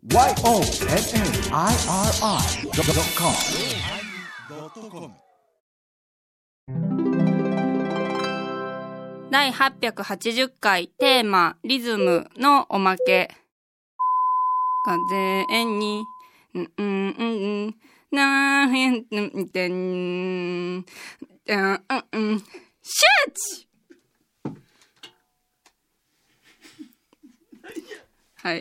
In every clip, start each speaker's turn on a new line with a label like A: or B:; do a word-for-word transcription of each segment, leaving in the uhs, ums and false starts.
A: ワイオーエヌエヌアイアールアイドットコム
B: だいはっぴゃくはちじゅっかいテーマリズムのおまけ。風にうんうんうんなへんんてんうんうんシューチはい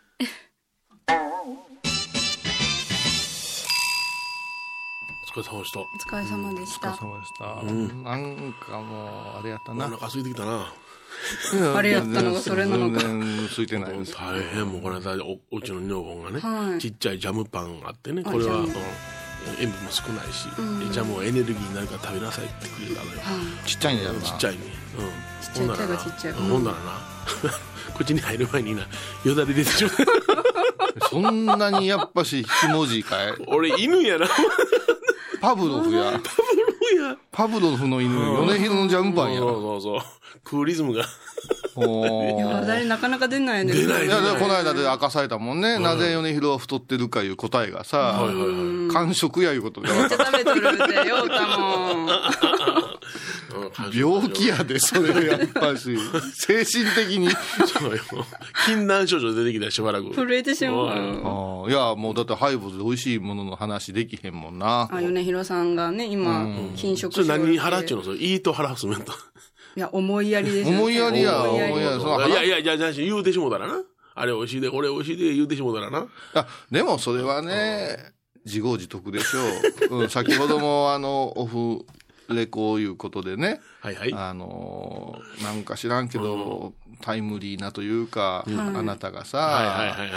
C: お疲れ様でした。
B: お疲れ様でした。
D: お疲れ様でした、
C: うん、
D: なんかもうあれやったな。
C: お腹空いてきたな。
B: あれやったのがそれなのか。
D: 全然空いてないです。
C: 大変。もうこの間 お, おうちの女房がね、はい、ちっちゃいジャムパンがあってね、これは塩分も少ないし、うん、ジャムはエネルギーになるから食べなさいってくれたのよ、うん、
D: ちっちゃいんだよな。
C: ちっちゃいね、うん、
B: ちっちゃい手がちっちゃい、うん、
C: ほんならな口に入る前になよだれ出てしまう
D: そんなにやっぱしひもじいかい。
C: 俺犬やな
D: パブロフや
C: パブロフや
D: パブロフの犬、米広のジャムパンや。
C: そうそうそう、クーリズムが
B: およだれなかなか出ないね。
C: 出ない。いや
D: この間で明かされたもんね、うん、なぜ米広は太ってるかいう答えがさ、はいはいはい、完食やいうことで。
B: めっちゃ食べとるってようたもん
D: 病気やでそれやっぱし精神的に
C: そうよ、禁断症状出てきたしばらく
B: 震えてしまう。
D: あいやもうだってハイボーズで美味しいものの話できへんもんな。
B: あ米広さんがね今、うん、禁食症
C: それ何に腹っちゅうの。それイートハラスメント。
B: いや思いやりですよ、ね、
D: 思いやりや思いやりや。
C: いやいやいやじゃあ言うてしもうたらな、あれ美味しいでこれ美味しいで言うてしもうたらな。
D: あでもそれはね、うん、自業自得でしょう、うん、先ほどもあのオフレコいうことでね、はいはい、あのなんか知らんけど、うん、タイムリーなというか、うん、あなたがさ、はいはいはいはい、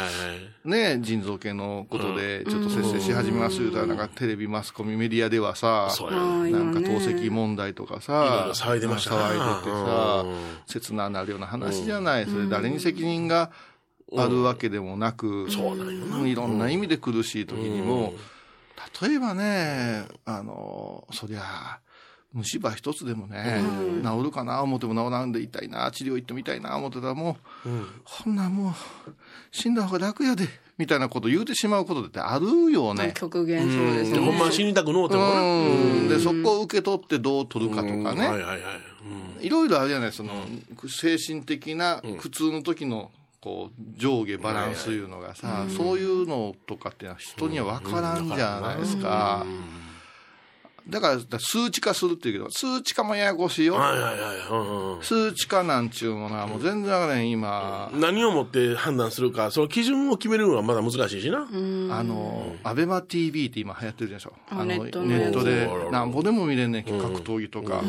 D: ね腎臓系のことでちょっと節制し始めます言うたら、なんかテレビマスコミメディアではさ、うん、なんか透析問題とかさ
C: 騒いでましたね。
D: 騒いでてさ、切ななるような話じゃない、うん、それ誰に責任があるわけでもなく、うん、そうなんよな、いろんな意味で苦しい時にも、うん、例えばねあのそりゃ虫歯一つでもね、うん、治るかな思っても治らんで痛いな、治療行ってみたいな思ってたらもう、うん、こんなんもう死んだ方が楽やでみたいなこと言うてしまうことってあるよね。
B: 極限そうですね。
C: ほんま死にたくのうてもな、
D: うん、でそこを受け取ってどう取るかとかね、はいはいはい、うん、いろいろあるじゃないその、うん、精神的な苦痛の時のこう上下バランスいうのがさ、うん、そういうのとかって人には分からんじゃないですか、うんうん、だから数値化するっていうけど数値化もややこしいよ、はいはいはい、うんうん、数値化なんちゅうものはもう全然わからへん今、
C: うん、何をもって判断するかその基準を決めるのはまだ難しいしな。
D: あのアベマ ティービー って今流行ってるでしょ。あのネット、
B: ね、
D: ネットでなんぼでも見れんねん、格闘技とか、うん、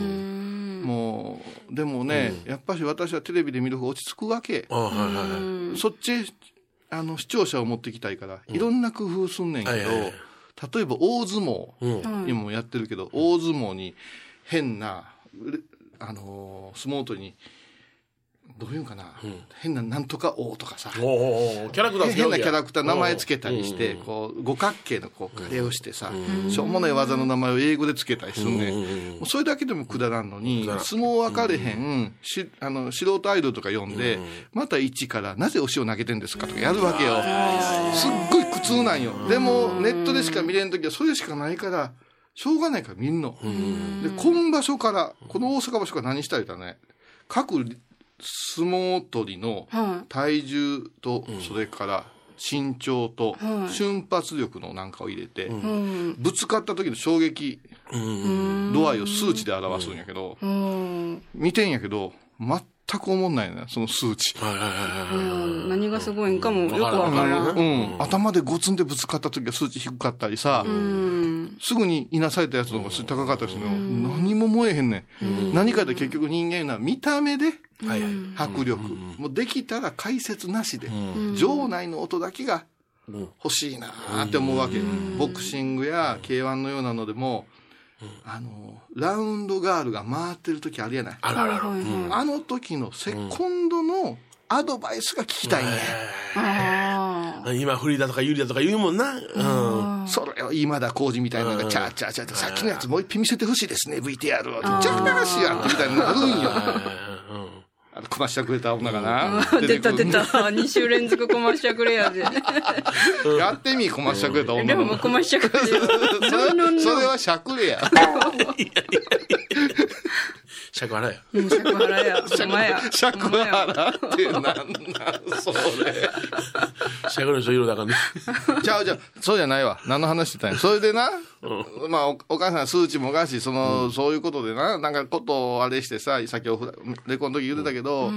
D: もうでもね、うん、やっぱし私はテレビで見る方が落ち着くわけ、はいはいはい、そっちあの視聴者を持ってきたいから、うん、いろんな工夫すんねんけど、はいはいはい、例えば大相撲、うん、今もやってるけど、大相撲に変なあのー、相撲取りにどういうんかな、うん、変ななんとか王とかさ、お
C: ーおーキャラクター
D: 変なキャラクター名前つけたりして、こう五角形のこうカレーをしてさ、しょうもない技の名前を英語でつけたりするね、もうそれだけでもくだらんのに、相撲分かれへんしあの素人アイドルとか呼んで、また一からなぜお塩投げてんですかとかやるわけよ。すっごい苦痛なんよ。でもネットでしか見れんときはそれしかないからしょうがないから見んの。で今場所からこの大阪場所から何したいかね、各相撲取りの体重とそれから身長と瞬発力のなんかを入れて、ぶつかった時の衝撃度合いを数値で表すんやけど、見てんやけど全く思んないねその数値。
B: 何がすごいんかもよくわからん、
D: うん、頭でゴツンでぶつかった時は数値低かったりさ、すぐにいなされたやつの方が数値高かったりするの、何も燃えへんねん。何かで結局人間は見た目で迫力、もうできたら解説なしで、場内の音だけが欲しいなって思うわけ。ボクシングや ケーワン のようなのでも、あのラウンドガールが回ってる時あるやない。あららら、うん、あの時のセコンドのアドバイスが聞きたいね、
C: うん、あ今フリーだとか有利だとか言うもんな、うん、
D: それを今田耕司みたいなのがチャーチャーチャーってさっきのやつもう一品見せてほしいですね ブイティーアール をチャーチャーしやってみたいになるんよあのコマしゃくれた女がな、
B: うん、出た出たに週連続コマしゃくれやで
D: やってみコマしゃくれた女の
B: でもコマしゃくれ
D: それそれはしゃくれや
C: 尺払えよ。
B: うん、尺払えや。ほんまや。
D: 尺払ってなんなんそれ。
C: 尺の人色だからね。
D: ちゃうじゃう、そうじゃないわ。何の話してたんや。それでな、うん、まあお、お母さん数値もおかしい、その、うん、そういうことでな、なんかことをあれしてさ、さっきおレコの時言ってたけど、うん、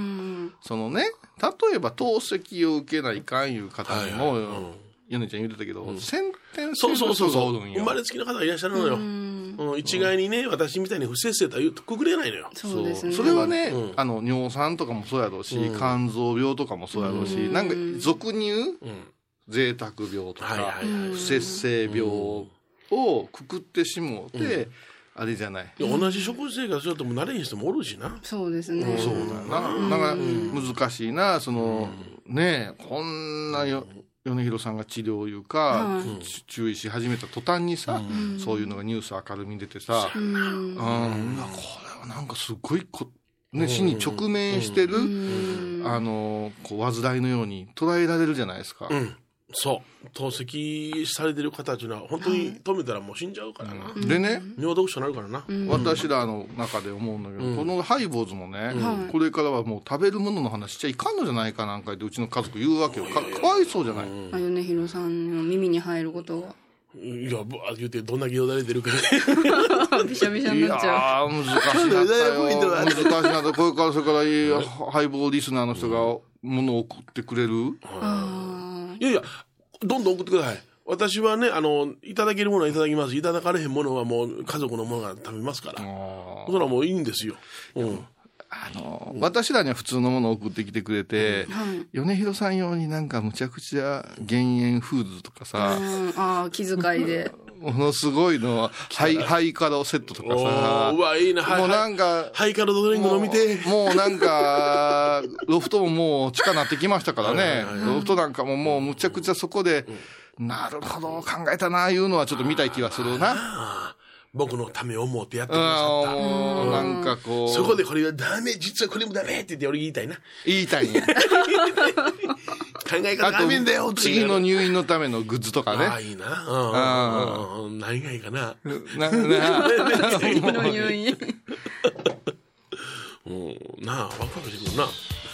D: そのね、例えば透析を受けないかんいう方にも、はいはい、うんヨネちゃん言ってたけど、うん、先天性の人がおるんよ。
C: 生まれつきの方がいらっしゃるのよ。うんうん、一概にね、私みたいに不摂生とは言うとくくれないのよ。
B: そうですね。
D: それはね、うん、あの尿酸とかもそうやろうし、うん、肝臓病とかもそうやろうし、うん、なんか俗に言う、うん、贅沢病とか、はいはいはい、不摂生病をくくってしもうて、うんあれじゃない。
C: 同じ食事生活だとも慣れん人もおるしな。
B: そうですね。
D: うん、そうだな。だから難しいな、その、うん、ねえ、こんなよ、米広さんが治療いうか、うん、注意し始めた途端にさ、うん、そういうのがニュース明るみに出てさ、うん、うん、これはなんかすごいこ、ね、死に直面してる、うん、あの、こう、煩いのように捉えられるじゃないですか。
C: うんそう透析されてる方っていうのは本当に止めたらもう死んじゃうからな、
D: うん、でね
C: 尿毒症になるからな、
D: うん、私らの中で思うんだけど、うん、このハイボーズもね、うん、これからはもう食べるものの話しちゃいかんのじゃないかなんかってうちの家族言うわけよ か, かわいそうじゃない、うん、
B: 米広さんの耳に入ることはい
C: やぶわ言うてどんだけよだれてるから
B: びしゃびしゃになっちゃう
D: いや難しいなったよ難しいなったこれからそれからいいハイボーリスナーの人がものを送ってくれる、うん、
C: あいやいやどんどん送ってください。私はね、あの、いただけるものはいただきます。いただかれへんものはもう家族のものが食べますから。それはもういいんですよ。うん。
D: あの、私らには普通のものを送ってきてくれて、うん、米広さん用になんかむちゃくちゃ減塩フーズとかさ、
B: うん、ああ、気遣いで。
D: ものすごいのは、ハイ、ハイカロセットとかさ。
C: うわ、いいな、
D: もうなんか、
C: ハイカロドリンク飲みて。
D: もうなんか、ロフトももう地下なってきましたからね。ロフトなんかももうむちゃくちゃそこで、うん、なるほど、考えたな、いうのはちょっと見たい気がするな。
C: 僕のためを思ってやってくださった。
D: うん、なんかこう。
C: そこでこれはダメ、実はこれもダメって言って俺言いたいな。
D: 言いたいんや。
C: 考え方ダメんだよって。
D: 次の入院のためのグッズとかね。
C: ああ、いいな。うん。何がいいかな。
D: な、な、
B: 次の入院。
C: うん、なあ、ワクワクしてくるな。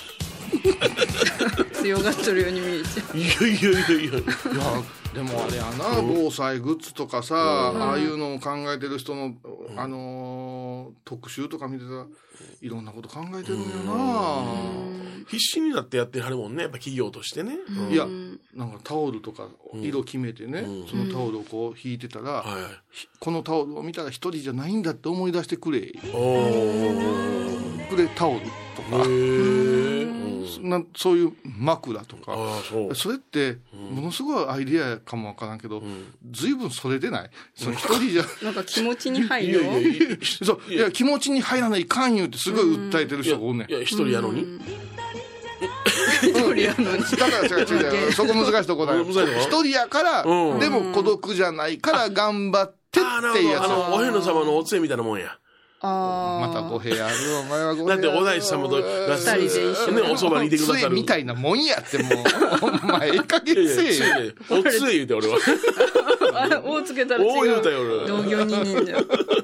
B: 強がっとるように見えちゃう。
C: いやいやいやいや。いや
D: でもあれやな、防災グッズとかさ、ああいうのを考えてる人の、あのー、特集とか見てたらいろんなこと考えてるんよな。
C: 必死になってやってはるもんね、やっぱ企業としてね。
D: いやなんかタオルとか色決めてね、そのタオルをこう引いてたら、このタオルを見たら一人じゃないんだって思い出してくれくれタオルとかなそういう枕とかそ, それってものすごいアイデアかもわからんけど、うん、随分それでないその一人じゃ
B: なんか気持ちに入る
C: いやいやいや
D: そういや気持ちに入らないかんよってすごい訴えてる人がおんねん。
C: いや一人やのに
B: 一人やのに
D: だから違う違うそこ難しいとこだよ一人やから、うん、でも孤独じゃないから頑張ってっていうやつ。
C: あのお遍路様のお杖みたいなもんや。
B: あ
D: また語弊あるお前は語弊
C: あるだってお大師様と
B: 二人で一緒に、
C: ね、おそばにいてくださる
D: みたいなもんやってもうお前ええ加減せえよ
C: お杖言うて俺は
B: あれ大つけたら違う
C: 大言うたよ俺
B: 同業二人じゃ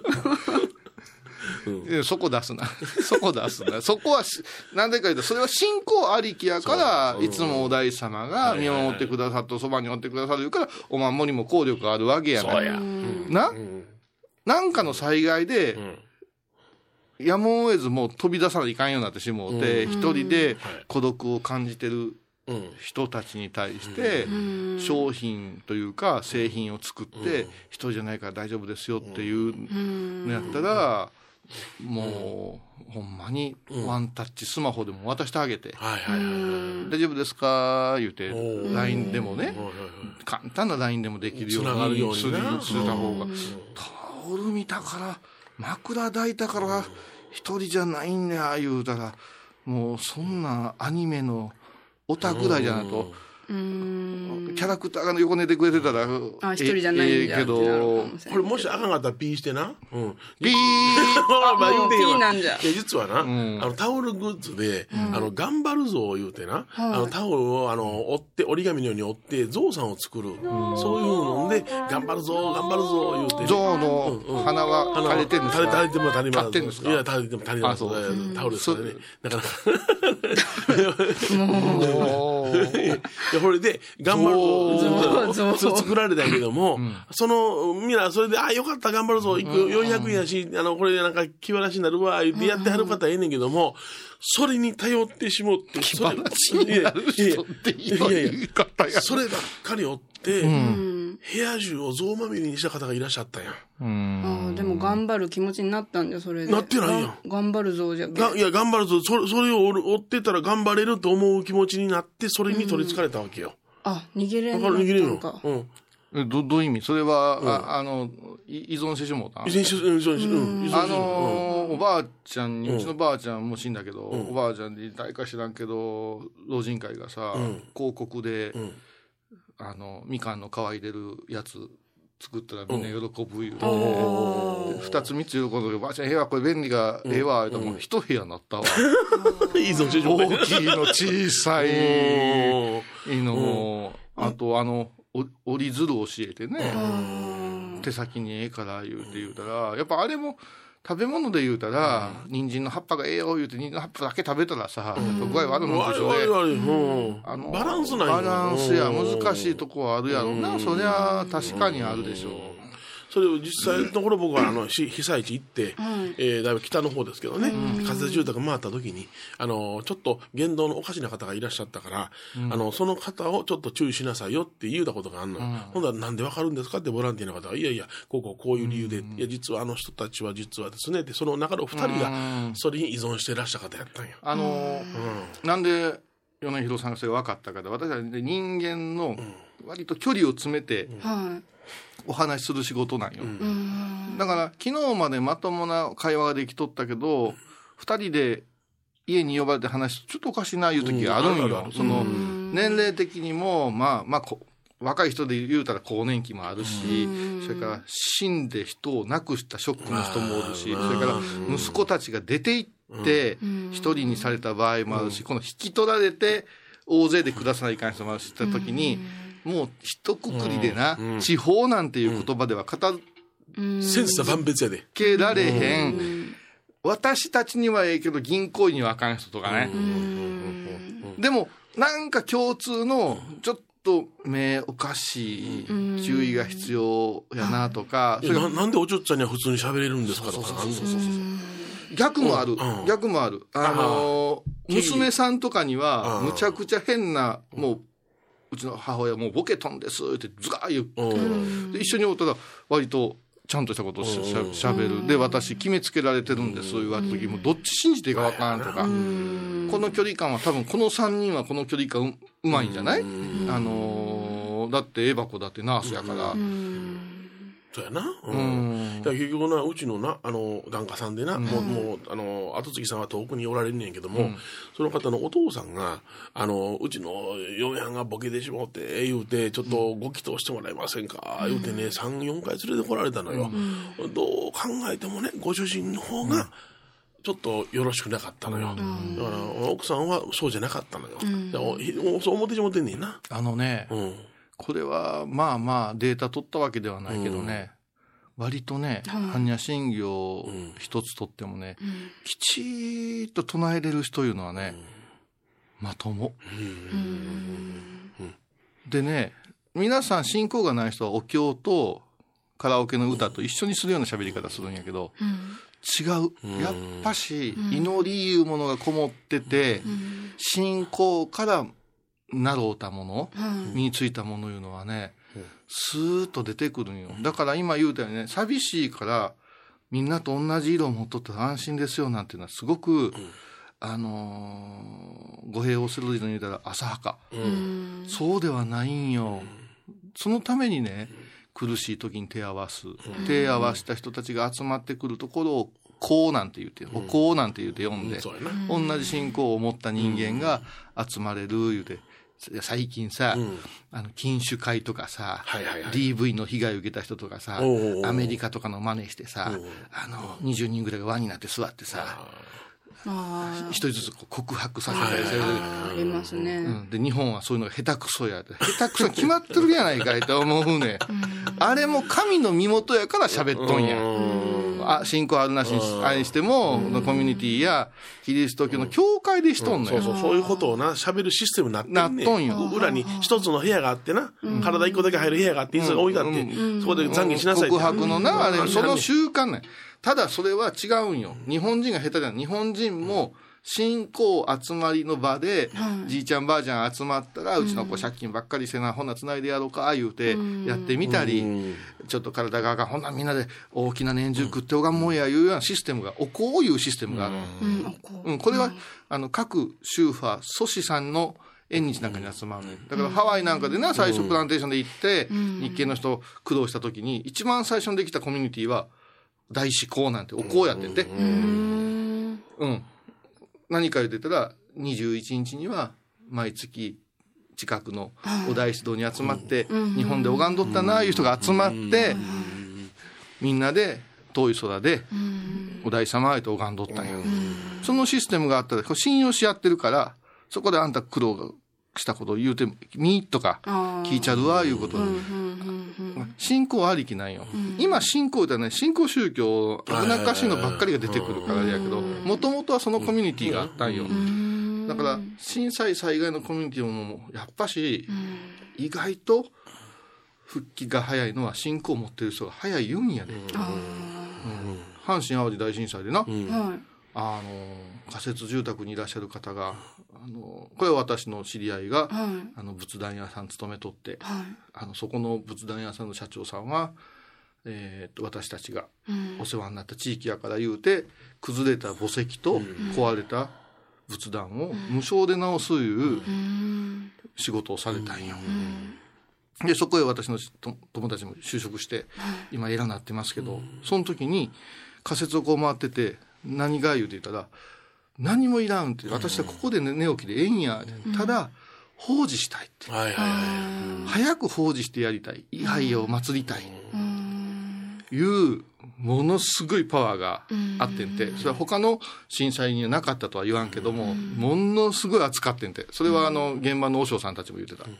D: うん、そこ出すなそこ出すなそこはなんでか言うとそれは信仰ありきやから、うん、いつもお大師様が見守ってくださってそばにおってくださるからお守りも効力あるわけやないな、うん、な、うん、なんかの災害で、うんやむを得ずもう飛び出さないかんようになってしもうて、うん、一人で孤独を感じてる人たちに対して商品というか製品を作って一人じゃないから大丈夫ですよっていうのやったらもうほんまにワンタッチスマホでも渡してあげて大丈夫ですか言うて ライン でもね簡単な ライン でもできるようにするた方がタオル見たから枕抱いたから一人じゃないんや言うたらもうそんなアニメのオタぐらいじゃないと
B: うーん
D: キャラクターが横寝てくれてたら
B: あ一人じゃないんだ
D: ええけど
B: ってなるかもしれない
C: これもしあかんかったらピーしてな。うん。
D: ビー
C: まあ言うてんわ
B: もうピーなんじゃ
C: いや実はな、
D: ん
C: あのタオルグッズで、あの頑張るぞを言うてな、あのタオルをあの折って折り紙のように折ってゾウさんを作る、そういうので頑張るぞ頑張るぞ言うてね、
D: ゾウの鼻は
C: あの
D: 垂れてるんですか？
C: 垂れても垂れます。
D: 立ってんですか？
C: いや垂れても垂れます。
D: あそう
C: タオルですからね。だから
D: おー
C: いやこれで頑張るぞ
B: ゾウ
C: 作られたけども、そのみんなそれであよかった頑張るぞ行くよんひゃくえんやし、あのこれなんか気晴らしになるわ言ってやってはる方はええねんけども、それに頼ってしもって
D: 気晴らしになる人っていい言い方や。
C: そればっかりおって、部屋中をゾウまみれにした方がいらっしゃったんや。
B: あでも頑張る気持ちになったんだよそれで。
C: なってないやん。
B: が頑張るぞじゃ
C: がいや頑張るぞ、それそれを追ってたら頑張れると思う気持ちになって、それに取りつかれたわけよ。
B: あ逃げれん
C: だから逃げれんよ
B: のか。
C: うん
D: えどどういう意味？それは、ああのい依存してしもうたん？
C: 依存しうん依存しうん依存し
D: あのーおばあちゃんに、
C: うん
D: うちのばあちゃんも死んだけど、おばあちゃんに誰か知らんけど老人会がさ、
C: ん
D: 広告で、
C: ん
D: あのみかんの皮入れるやつ作ったらみんな喜ぶいう、
C: お
D: ふたつみっつ喜んで、おばあちゃんええわこれ便利がええわ言うたらもう一部屋になったわ。
C: 依存してしまう
D: 大きいの小さい
C: うん
D: の、あとあのお折り鶴教えてね、手先にええから言うて言うたら、やっぱあれも食べ物で言うたら、人参の葉っぱがええよ言うて人参の葉っぱだけ食べたらさ、やっぱ具合悪いもん
C: あれ
D: でしょね。
C: あれあれうん
D: あの
C: バランスない
D: バランスや
C: うん
D: 難しいとこはあるやろうな、そりゃ確かにあるでしょう。
C: それを実際のところ僕はあのし被災地行って、えーだいぶ北の方ですけどね、仮設住宅回った時にあのちょっと言動のおかしな方がいらっしゃったから、あのその方をちょっと注意しなさいよって言うたことがあるのよ、ほんだらなんでわかるんですかってボランティアの方がいやいやこうこうこういう理由で、いや実はあの人たちは実はですねって、その中のふたりがそれに依存していらっしゃる方やったんよ。
D: あのーなんで米広さんがそれが分かったかで、私は人間の割と距離を詰めて
B: はい
D: お話しする仕事なんよ、だから昨日までまともな会話ができとったけど、ふたりで家に呼ばれて話すとちょっとおかしいないう時があるんよ、
C: うんあるある
D: その年齢的にもまあまあこ若い人で言うたら更年期もあるし、それから死んで人を亡くしたショックの人もおるし、それから息子たちが出て行って一人にされた場合もあるし、この引き取られて大勢で暮らさないかん人もあるしった時に、もう一括りでな、地方なんていう言葉では片付
C: 千差万別やで。
D: けられへん、私たちにはええけど銀行員にはあかん人とかね、でもなんか共通のちょっと目おかしい、注意が必要やなとか、
C: いやななんでおちょっちゃんには普通に喋れるんですかとか、
D: 逆もある、
C: うん
D: 逆もある、あのー娘さんとかには
C: うん
D: むちゃくちゃ変な、もううちの母親もうボケたんですってズガー言って、
C: うん
D: で一緒におったら割とちゃんとしたことをしゃしゃべる。で、私決めつけられてるんですそう言われた時もどっち信じていいかわからんとか、この距離感は多分このさんにんはこの距離感ううまいんじゃない、あのーだってエバコだってナースやから、
C: そうやな、うん
D: うん
C: だから結局なうちのなあの檀家さんでな、もうもうあの後継ぎさんは遠くにおられんねんけども、その方のお父さんがあのうちの嫁はんがボケてしもうって言うてちょっとご祈祷してもらえませんか、言うてねさんよんかい連れてこられたのよ、どう考えてもねご主人の方がちょっとよろしくなかったのよ、だから奥さんはそうじゃなかったのよ、だからそう思ってしもってんねんな。
D: あのね、
C: うん
D: これはまあまあデータ取ったわけではないけどね、割とね、般若心経一つとってもね、きちーっと唱えれる人いうのはね、まとも、でね、皆さん信仰がない人はお経とカラオケの歌と一緒にするような喋り方するんやけど、違う、やっぱし祈りいうものがこもってて、信仰からなろうたもの、身についたものいうのはね、スーッと出てくるんよ。だから今言うたようにね、寂しいからみんなと同じ色を持っとったら安心ですよなんていうのはすごく、うん、あのー、語弊をする人に言うたら浅はか、うん、そうではないんよ、うん、そのためにね、苦しい時に手を合わす、うん、手を合わした人たちが集まってくるところをこうなんて言って、おこうなんて言って読んで、うん、同じ信仰を持った人間が集まれる言うて、 最近さ、うん、あの禁酒会とかさ、はいはいはい、ディーブイ の被害を受けた人とかさ、おうおうアメリカとかの真似してさ、あのにじゅうにんぐらいが輪になって座ってさ、一人ずつ告白させたりされる、
B: ありますね、
D: うん、で日本はそういうのが下手くそやって下手くそ決まってるやないかいと思うねあれも神の身元やから喋っとんや、あ信仰あるなしに愛してもコミュニティやキリスト教の教会でしとんのよ、
C: うん、そうそうそういうことをな喋るシステムになってんね
D: なっとんよ。
C: 裏に一つの部屋があってな、うん、体一個だけ入る部屋があって椅子が置いてあって、うん、そこで懺悔しなさいって、
D: 告白のな、あれその習慣ね。ただそれは違うんよ。日本人が下手じゃない。日本人も信仰集まりの場で、うん、じいちゃんばあちゃん集まったら、うん、うちの子借金ばっかりせな、ほなつないでやろうか言うてやってみたり、うん、ちょっと体ががほなみんなで大きな年中食っておがんもんやいうようなシステムが、おこういうシステムがある、うんうん、これは、うん、あの各宗派祖師さんの縁日なんかに集まる、ね、だからハワイなんかでな、最初プランテーションで行って、うん、日系の人苦労した時に一番最初にできたコミュニティは大志向なんておこうやってて、うん、うん、何か言ってたらにじゅういちにちには毎月近くのお大師堂に集まって、うん、日本で拝んどったなあいう人が集まって、うん、みんなで遠い空でお大師様へと拝んどったんや、うん、そのシステムがあったら信用し合ってるから、そこであんた苦労したことを言うてみとか聞いちゃうわいうことで、うんうんうん、信仰ありきなんよ、うん、今信仰ってね、信仰宗教危なっかしいのばっかりが出てくるからやけど、もともとはそのコミュニティがあったんよ、うん、だから震災災害のコミュニティもやっぱし、うん、意外と復帰が早いのは信仰を持ってる人が早い言うんやで、うんうん、阪神淡路大震災でな、うん、あの仮設住宅にいらっしゃる方が、あのこれは私の知り合いが、はい、あの仏壇屋さん勤めとって、はい、あのそこの仏壇屋さんの社長さんは、えー、と私たちがお世話になった地域やから言うて、うん、崩れた墓石と壊れた仏壇を無償で直すいう仕事をされたんよ、うん、でそこへ私の友達も就職して今偉なってますけど、うん、その時に仮設をこう回ってて、何が言うて言ったら、何もいらんって、私はここで寝起きでええんや、うん、ただ法事したいって、はいはいはい、早く法事してやりたい、位牌を祭りたい、うん、いうものすごいパワーがあってんて、それは他の震災にはなかったとは言わんけども、うん、ものすごい熱かってんて、それはあの現場の和尚さんたちも言ってた、うん、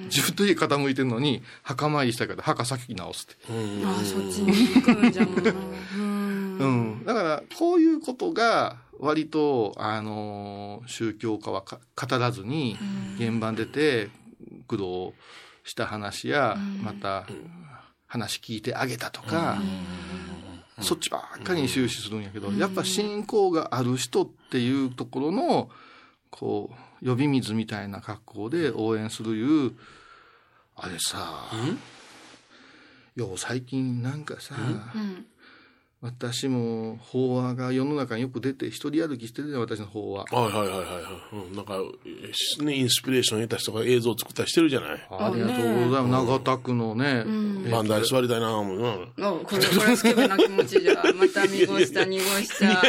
D: 自分と家傾いてるのに墓参りしたから墓先直すって、
B: うん、ああそっちに行くんじゃん
D: うん、だからこういうことが割と、あのー、宗教家はか語らずに現場に出て苦労した話や、また話聞いてあげたとか、そっちばっかりに終始するんやけど、やっぱ信仰がある人っていうところのこう呼び水みたいな格好で応援するいうあれさ、よう最近なんかさ、私も法話が世の中によく出て一人歩きしてるね、私の法話。
C: はいはいはいはい、うん、なんかね、インスピレーション得た人が映像を作ったりしてるじゃない。
D: ありがとうございます。長田区のね、
C: バンダイ座りたいなもんな。
B: これこれスケベな気持ちじゃまた濁した濁した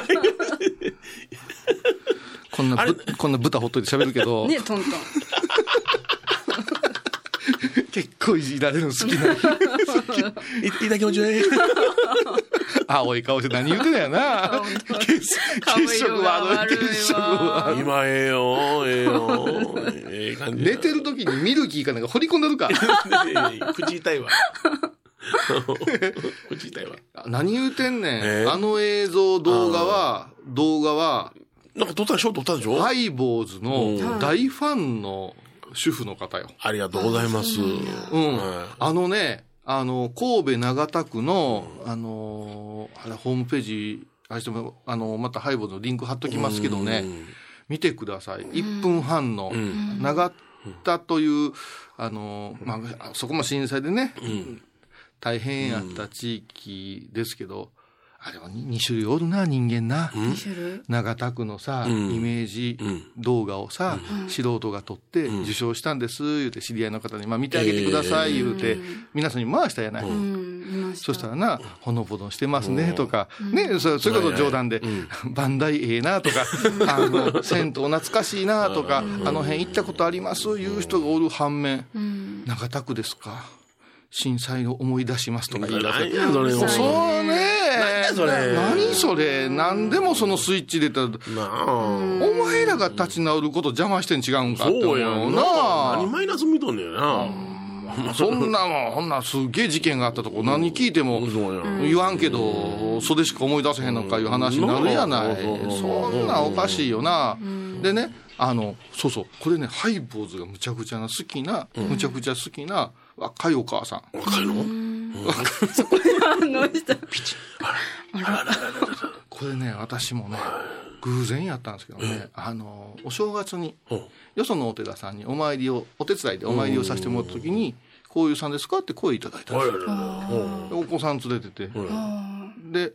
D: こんなぶこんな豚ほっといて喋るけど
B: ね、トントン
D: 結構いじられるの好きな
C: いいだ気持ち悪い
D: 青い顔して何言うてんだよな血色悪い血色悪い
C: 今ええよええよええ感じ。
D: 寝てる時にミルキーかなんか掘り込んでるか
C: 口痛いわ口痛いわ。
D: 何言うてんねん、えー、あの映像動画は動画は
C: なんか撮ったでしょ撮ったでしょ。
D: ハイボーズの大ファンの主婦の方よ。
C: ありがとうございます。うん、
D: はい、あのね、あの神戸長田区のあのあれホームページあれしてもあのまたハイボーズのリンク貼っときますけどね、見てください。いっぷんはんの長田というあのまあそこも震災でね、うん、大変やった地域ですけど、 あれはに種類おるな、人間な。
B: に種類
D: 長田区のさ、
C: うん
D: イメージ動画をさ、うん、素人が撮って受賞したんです、言うて知り合いの方に、まあ見てあげてください、言うて、皆さんに回したやない。うん、そしたらな、ほのぼのしてますね、とか、うん、ね、それこそ冗談で、うん、バンダイええな、とか、あの、銭湯懐かしいな、とか、あの辺行ったことあります、いう人がおる反面、うん、長田区ですか。震災を思い出しますとか言い出せ。
C: それ
D: そうね。
C: 何それ。
D: 何それ。何でもそのスイッチ出たら、お前らが立ち直ること邪魔してん違うんかって思うな。そうやな。
C: 何マイナス見とんねんな。
D: そんなもん、ほんなすげえ事件があったとこ何聞いても言わんけど、それしか思い出せへんのかいう話になるやない。そんなんおかしいよな。でね、あの、そうそう、これね、ハイボーズがむちゃくちゃな好きな、むちゃくちゃ好きな、若いお母さん。
C: 若いの？
B: そこに反応した。
C: ピチ。
B: あら。
D: これね、私もね、偶然やったんですけどね、あの、お正月に、よそのお寺さんにお参りを、お手伝いでお参りをさせてもらった時に、こういうさんですかって声いただいたんですよ。お子さん連れてて。で、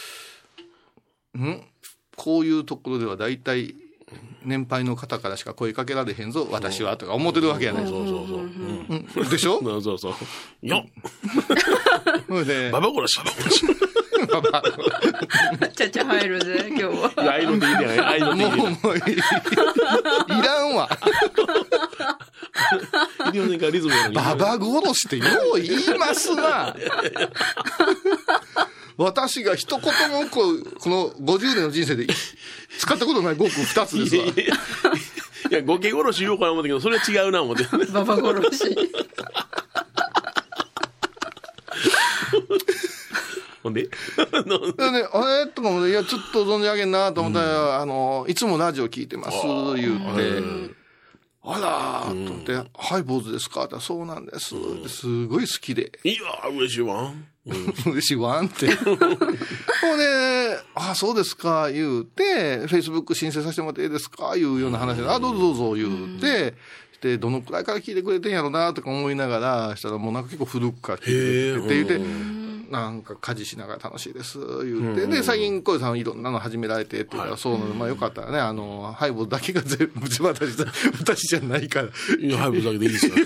D: んこういうところでは大体、年配の方からしか声かけられへんぞ、私は、とか思ってるわけやね。
C: そうそうそう。
D: うん、でしょ？
C: そうそうそう。よっ
D: で、
C: ババ殺し。
D: ババ
B: ちゃちゃ入るぜ、今日は。
C: ああいうのでいいじゃないああいうのでいいじゃない
D: もう、もういい。いらんわ。
C: リズムがリズムやのに。
D: ババ殺しってよう言いますな。私が一言もこう、このごじゅうねんの人生で使ったことない語句二つですわ。
C: いや、ゴケ殺し言おうかな思ったけど、それは違うな思って。
B: ババ殺し。
C: ほんで
D: でね、あれとかもね、いや、ちょっと存じ上げんなと思ったら、うん、あの、いつもラジオ聞いてます、言って。あらーと思って、うん、ハイボーズですかって、そうなんです、うん。すごい好きで。
C: いやー、嬉しいわ。
D: うん、嬉しいわんって。ほんで、あ、そうですか、言うて、Facebook 申請させてもらっていいですかいうような話で、あ、どうぞどうぞ言うて、で、どのくらいから聞いてくれてんやろなとか思いながら、したらもうなんか結構古くから聞いてくれて、って言って、なんか家事しながら楽しいです、言って。で、最近、小池さんいろんなの始められてって言ったら、そうなの、まあよかったらね、あの、ハイボーズだけが全部私、私じゃないから。
C: いや、ハイボーズだけでいいですよ。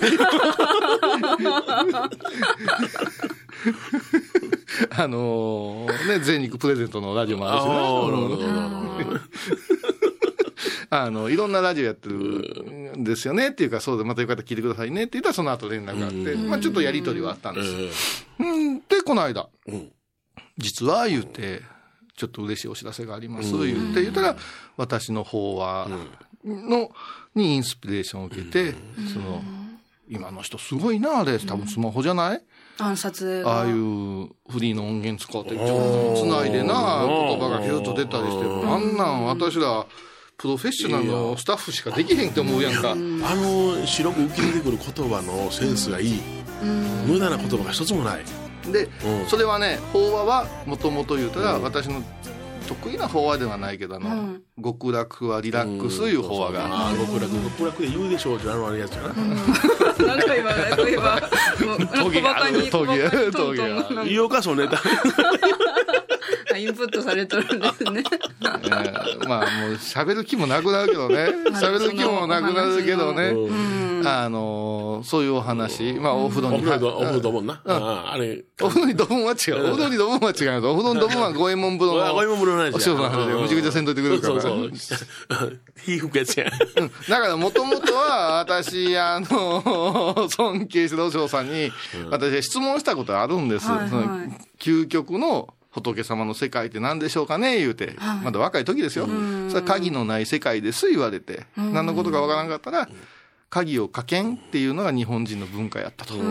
D: あのー、ね、全肉プレゼントのラジオもあるしね。あるほど。あの、いろんなラジオやってるんですよねっていうか、そうでまたよかったら聞いてくださいねって言ったらその後連絡があって、まあちょっとやりとりはあったんですよ。うんで、この間、実は言って、ちょっと嬉しいお知らせがあります、言って言ったら、私の法話の、にインスピレーションを受けて、その、今の人すごいな、あれ、多分スマホじゃない
B: 暗殺が
D: ああいうフリーの音源使って上手につないでな言葉がキュッと出たりしてあんなん私らプロフェッショナルのスタッフしかできへんって思うやんか。あ
C: の白く浮き出てくる言葉のセンスがいい。無駄な言葉が一つもない
D: で、それはね法話はもともと言うたら私の得意な法話ではないけどあの、うん、極楽はリラックスいう法話が、うん、
C: あ極楽極楽で言うでしょうってあのやつやな、うん、
B: なんか今なんか今小バカに
D: トゲトゲ
C: 言おうかそのネタ
B: インプットされとるんですね、
D: えー、まあもう喋る気もなくなるけどね喋る気もなくなるけどね、うん、あのー、そういうお話まあお風呂に
C: お風呂お風呂ドボンな、うん、ああれ
D: お風呂にドボンは違うお風呂にドボンは違うお風呂にドボンは五右衛門風呂の
C: 五右衛門風呂の話
D: お仕事の話でむちゃくちゃせんといてくれるから
C: そうそう火吹くやつや、
D: うん、だからもともとは私あの尊敬してるお嬢さんに、うん、私質問したことあるんです、はいはい、その究極の仏様の世界って何でしょうかね言うて、はい、まだ若い時ですよ、うん、それは鍵のない世界です言われて、うん、何のことかわからんかったら、うん、鍵をかけんっていうのが日本人の文化やったと、うん、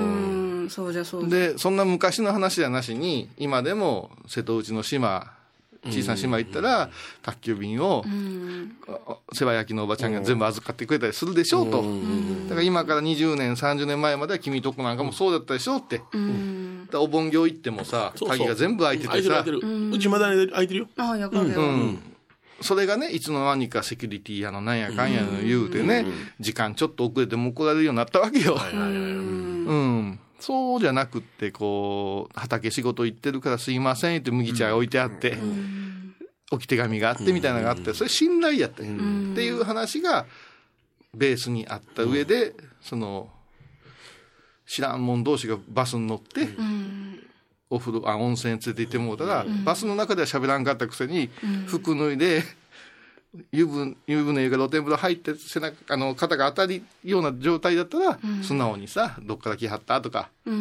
B: そうじゃそう
D: でそんな昔の話じゃなしに今でも瀬戸内の島小さな島行ったら宅急便を世話焼きのおばちゃんが全部預かってくれたりするでしょうと、だから今からにじゅうねんさんじゅうねんまえまでは君とこなんかもそうだったでしょうって、お盆業行ってもさ鍵が全部開いててさ
C: うちまだ開いてるよ、
B: ああやかるよ、
D: うんそれがねいつの間にかセキュリティやのなんやかんやの言うてね時間ちょっと遅れても怒られるようになったわけよ、うんそうじゃなくってこう畑仕事行ってるからすいませんって麦茶置いてあって、うん、置き手紙があってみたいなのがあって、それ信頼やった、うん、っていう話がベースにあった上で、その知らんもん同士がバスに乗って、うん、お風呂あ温泉連れて行ってもうたら、うん、バスの中では喋らんかったくせに、うん、服脱いで湯船湯船が露天風呂入って背中あの肩が当たるような状態だったら、うん、素直にさどっから来はったとか、うん、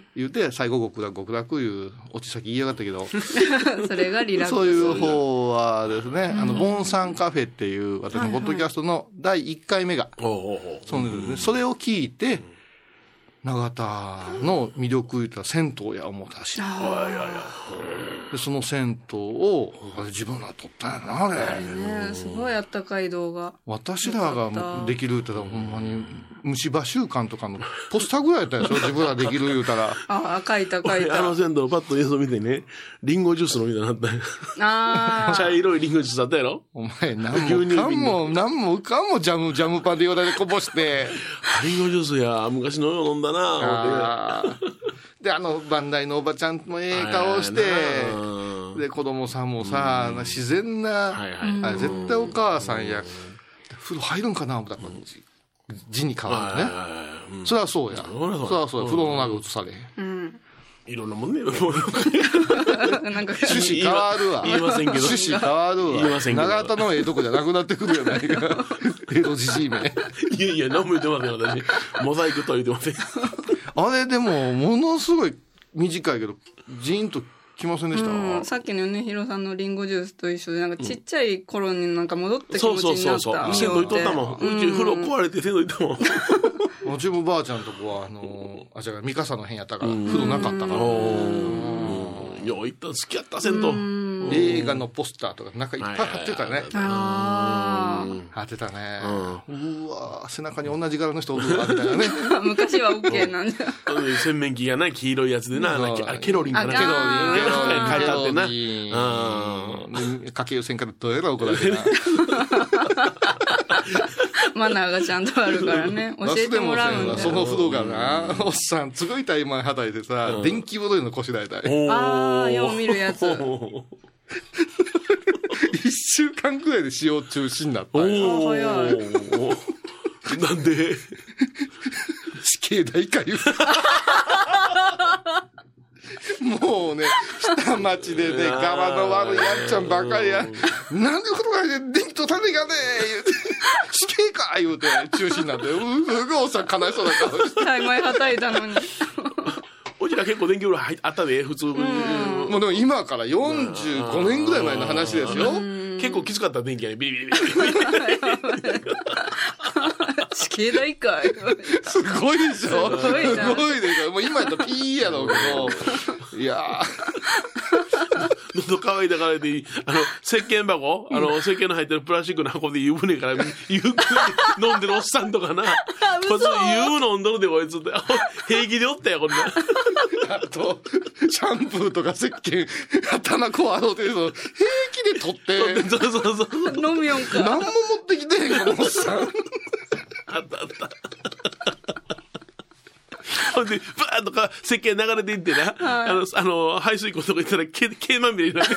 D: 言うて最後極楽極楽いう落ち先言いやがったけど
B: それがリラックス
D: そういう方はですね、うん、あのボンサンカフェっていう私のポッドキャストのだいいっかいめが、はいはい、そのですね、それを聞いて長田の魅力言ったら銭湯や思うたし、でその銭湯を自分が撮ったんやなあれ、
B: ね、すごいあったかい動画
D: 私らができる言ったらほんまに虫歯週間とかのポスターぐらいやったでしょ自分らできる言うたら
B: あ書いた書いた
C: あの銭湯パッと映像見てねリンゴジュース飲みたいになったよあ茶色いリンゴジュースあったやろ
D: お前何もかんも何もかんもジャムジャムパンでよだれこぼして
C: リンゴジュースや昔のよう飲んだな
D: あであのバンダイのおばちゃんもええ顔してで子供さんもさ、うん、自然な、はいはい、あ絶対お母さんや、うん、風呂入るんかな思ったから字に変わるね、うん、そりゃそうやそりゃそうや風呂の中映されへん、うん、
C: いろんなもんね
B: なんか
D: 趣旨変わるわ
C: 言いませんけど
D: 趣旨変わるわ
C: 言いませんけど
D: 長田のええとこじゃなくなってくるじゃないか江戸じじいめ
C: いやいや何も言ってません私モザイクとは言ってません
D: あれでもものすごい短いけどジーンときませんでした、
B: うん、さっきの米広さんのリンゴジュースと一緒でなんかちっちゃい頃になんか戻った気持ちになった、
C: そうそうそうそう銭湯行っとったもん、うん、うち風呂壊れて銭湯行ったもん
D: うちもばあちゃんとこはあのあじゃあ三笠の辺やったから風呂なかったから
C: よう行った好きやった銭湯
D: 映画のポスターとか中いっぱい貼ってたねあ貼ってたね、うん、うわ背中に同じ柄の人おるわみたいなね
B: 昔は OK なんだ
C: 洗面器がな黄色いやつでなあケロリンかな
D: ケロリン
C: ケロリン書いてあってな
D: 家計線からどうやら怒られてな
B: マナーがちゃんとあるからね教えてもらうんだよ
D: その風呂がな、おっさんすごい大枚はたいてさ、うん、電気風呂のこしらえたい
B: ああよう見るやつ
D: 一週間くらいで使用中止になったんや
B: お早い
C: なんで
D: 死刑大会もうね下町でね側の悪いやっちゃんばかりやなんで風呂が電気と種がね言うて死刑か言うて中止になってうぐおさん悲しそうな顔して
B: 大枚はたいたのに
C: おじら結構電気風呂あったで普通に
D: もうでも今からよんじゅうごねんぐらい前の話ですよ
C: 結構きつかった電気がねビリビリビリビリ
B: 死刑大会
D: すごいでしょ
B: すごいな
D: すごいでしょもう今やったらピーやろうけどいや
C: 喉乾いたからであの石鹸箱あの石鹸の入ってるプラスチックの箱で湯船からゆっくり飲んでるおっさんとかなこいつ湯飲んどるでこいつって平気でおったよこんな
D: あとシャンプーとか石鹸頭こう洗うてるの平気で取って
C: そうそうそう
B: 飲みよんか
D: 何も持ってきてへんこのおっさん
C: あったあったほんでバーンとか石鹸流れていってな、はい、あのあの排水溝とか行ったら毛毛まみれになって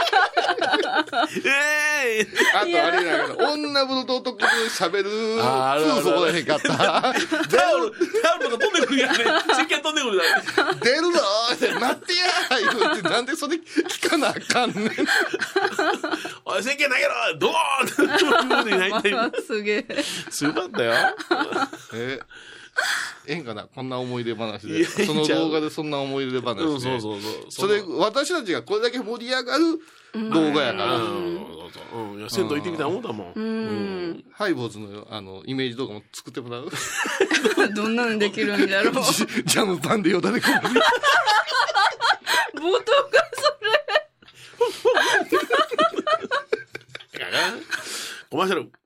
C: えー、
D: あとあれだけど女風呂と男で喋る夫婦おらへんかったタ
C: オルタオルとか飛んでくるやんね石鹸飛んでくる
D: やん出るぞって待ってや言うてなんでそれ聞かなあかんねん
C: おい石鹸投げろドーンって
B: すげえ
C: すごかったよ
D: えええんかなこんな思い出話でその動画でそんな思い出話で、うん、そうそうそうそれ私たちがこれだけ盛り上がる動画やから、うん
C: うんうん、いや銭湯行ってみたい思ったもん、うんうん、
D: ハイボーズのあのイメージ動画も作ってもらう
B: どんなのできるんだろうジ
D: ャムパンでよだれ込む冒頭が
C: それコマーシャル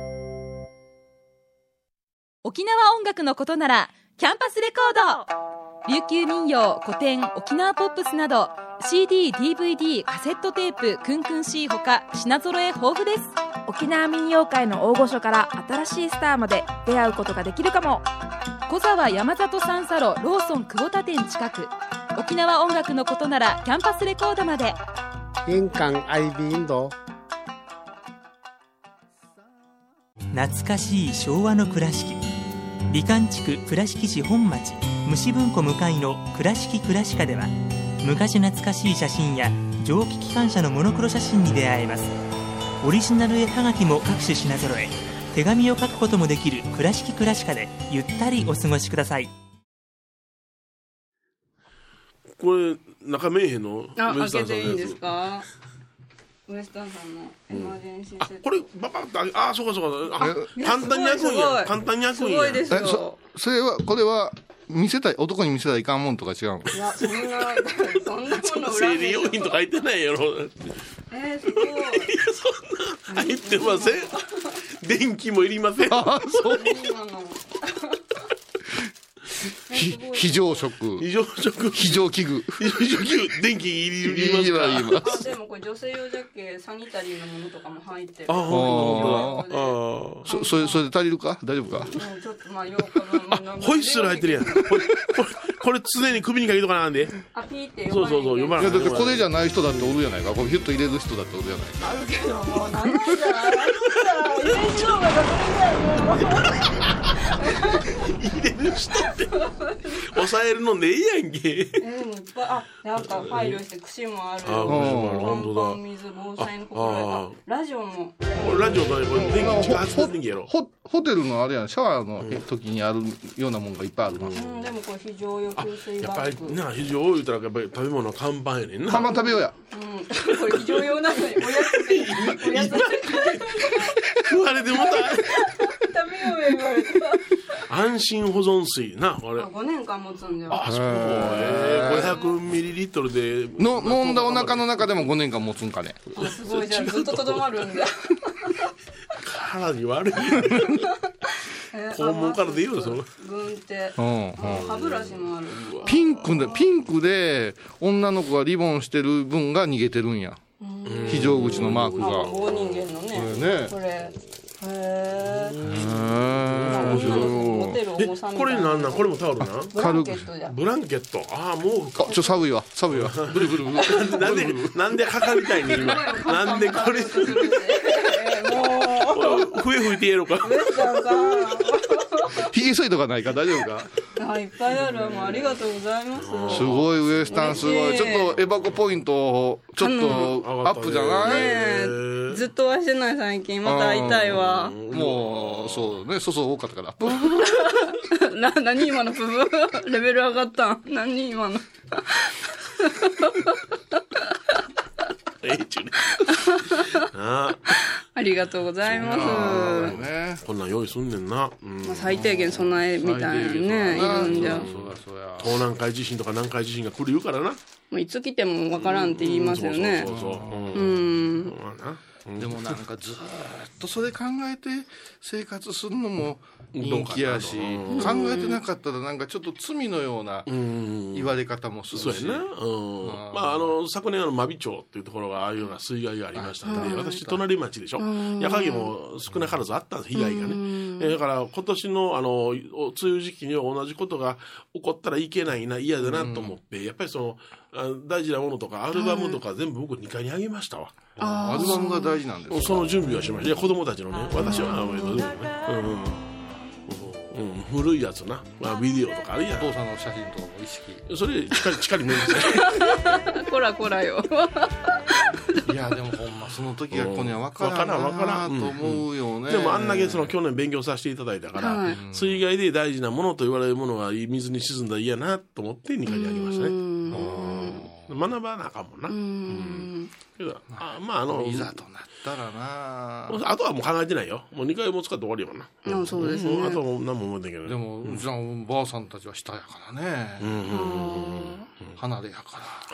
E: 沖縄音楽のことならキャンパスレコード琉球民謡、古典、沖縄ポップスなど シーディー、ディーブイディー、カセットテープ、クンクン C ほか品揃え豊富です。
F: 沖縄民謡界の大御所から新しいスターまで出会うことができるかも。小沢山里三佐路ローソン久保田店近く。沖縄音楽のことならキャンパスレコードまで。
G: 玄関アイビーンド。
H: 懐かしい昭和の倉敷。美観地区倉敷市本町虫文庫向かいの倉敷倉歯科では、昔懐かしい写真や蒸気機関車のモノクロ写真に出会えます。オリジナル絵はがきも各種品揃え、手紙を書くこともできる倉敷倉歯科でゆったりお過ごしください。
C: これ中見えへんの？
B: あ、
C: ウエスタンさんのやつ
B: 開けていいんですか？ウエスタンさんのエマージェンシーセット、
C: あ、これババッとあ、そうかそうか、あ、簡単に開くんや、簡単に開くんや。
B: すごいですよ。
D: え、そ、それは、これは、見せたい、男に見せたらいかんもんとか違うの？
B: いや、そんな、そんなもの
C: 生理用品とか入ってないやろ。
B: えー、すごい。いや、
C: そんな入ってません。電気もいりません。あ、そう。
D: ひ非常食、
C: 非常食、
D: 非常器具、
C: 非常器具、電気いりますか？
D: いります。
B: あ、でもこれ女性用じゃけサニタリーのものとかも入ってる。
C: ああ、ほん
D: とだ。そそれそれで足りるか？大丈夫か？
B: うん、ちょっとまあようかな。
C: ホイッスル入ってるやん。これこれこれ常に首にかけとかなんで。
B: あ、ピーって
C: そうそうそう、読まない。
D: いやだってこれじゃない人だっておるじゃないか。これヒュッと入れる人だっておるじゃないか。
B: あるけどもうなんなんじゃない？イメージ動画がこれだよ。
C: 入れる人って抑えるのでええやんけ。
B: えー、でもいっぱい、あ、なんか配慮して串もある。
C: あ、串もある。
B: 本当だ。水、防災の心得。ラジオも。
C: これラジオだね。これ電気発電電気やろ。
D: ホホテルのあれやん、シャワーの時にあるようなもんがいっぱいあるな。
B: うん、でもこれ非常用給水バッグ。
C: やっぱりな、非常用言うたらやっぱり食べ物の看板やねんな。
D: 看板食べようや。
B: うん、これ非常用なのにおやつでおやつ
C: 食われてもた。
B: 食べようよ言われた。
C: 安心保存水な、これ。
B: ごねんかん持つんじゃん。
C: あ、そう。えー、ごひゃくミリリットルで
D: の飲んだお腹の中でもごねんかん持つんかね。
B: あ、すごい、じゃあずっととどまるんだ。
C: 体に悪い。肛門から出ようよその。
B: 軍手。
D: うん。
B: 歯ブラシもある。
D: ピンクでピンクで女の子がリボンしてる分が逃げてるんや。非常口のマークが。
B: 棒人間のね。
D: これね。
B: これ。へえ。
D: 面
C: 白い。これなんなん？これもタオルなん？
B: ブランケットじゃ。
C: ブランケット。ああ、毛布か。
D: ちょ寒いわ寒いわ。ブルブルブル。
C: なんでなんでかかりたいね今。なんでこれ。もう笛吹いてやろうか。
D: ひげ剃いとかないか大丈夫か？
B: あ、いっぱいある。もうありがとうございます。
D: すごいウエスタンすごい。ちょっとエバコポイントちょっとアップじゃない？
B: ずっとお会いしてない最近。また会いたいわ。
D: もうそうね、そうそう多かったから。
B: な、何今のプブレベル上がったん？何今の？
C: ええちゅうね。あ
B: ありがとうございます。
C: こんなん用意すんねんな。
B: まあ最低限備えみたいなね、いるんじゃ。
C: 東南海地震とか南海地震が来る言うからな。
B: もういつ来てもわからんって言いますよね。
C: そうそうそう。
B: うん。
D: でもなんかずっとそれ考えて生活するのも人気やし、考えてなかったらなんかちょっと罪のような言われ方もするし。
C: そうやな。うん。まああの昨年あの真備町っていうところがああいうような水害がありましたので、私隣町でしょ。矢影も少なからずあったんです被害がね。だから今年のあの梅雨時期には同じことが起こったらいけないな、嫌だなと思って、やっぱりその大事なものとかアルバムとか全部僕にかいにあげましたわ。
D: アルバムが大事なんですか？
C: その準備はしました。いや子供たちのね、私はでもね、うんうん、古いやつな、まあビデオとかあるやん。
D: お父さんの写真とかも意識。
C: それ近近に見るんですよ。
B: こらこらよ。
D: いやでもほんまその時がこには分からんな
C: 分からん
D: と思うよね。
C: でもあんだけその去年勉強させていただいたから、はい、水害で大事なものと言われるものが水に沈んだら嫌なと思ってにかいにあげましたね。学ばなあかんもんな。うん。けどあまああの
D: いざとなったらな。
C: あとはもう考えてないよ。もうにかいも使って終わりやもんな。
B: うん、そうですね。
C: あとはもう何も思うんだけどね。
D: でもうちのばあさんたちは下やからね。離れやから。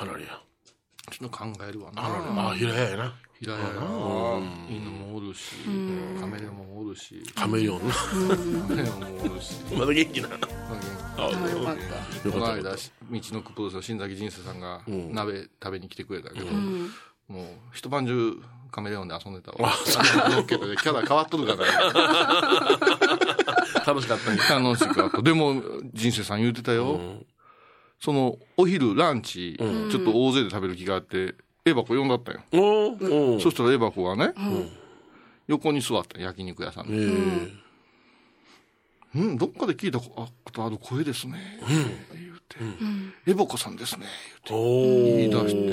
C: 離れや。
D: ちょっと考えるわな。
C: あ、平屋やな。
D: 平屋やな。犬もおるし、カメレもおるるし、
C: カメレオンな。
D: カメレオンもおるし、
C: まだ元気な。
B: あよかった
D: この間道のくプロレスの新崎人生さんが鍋食べに来てくれたけど、もう一晩中カメレオンで遊んでたわ。のっけどキャラ変わっとるから
C: 楽しかったね。
D: 楽しかった。でも人生さん言うてたよ、そのお昼ランチ、ちょっと大勢で食べる気があってエバコ呼んだったよ。そしたらエバコがね、横に座った焼肉屋さんで、うん、どっかで聞いたことある声ですね、言うて、エボコさんですね言うて言い出して、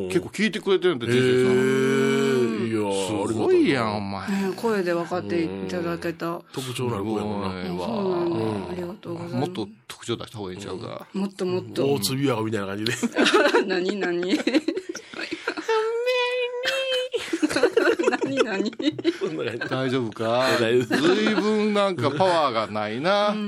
D: 結構聞いてくれてるんで人生さん。いやすごいやんお前、
B: 声で分かっていただけた
C: 特徴なる声やもんな。
B: そうなんだ、ありがとうございます。
D: もっと特徴出した方がいいんちゃうか。
B: もっともっと
C: 大粒やがみたいな感じで
B: 何何何何
D: 大丈夫か。ずいぶんなんかパワーがないな。うん、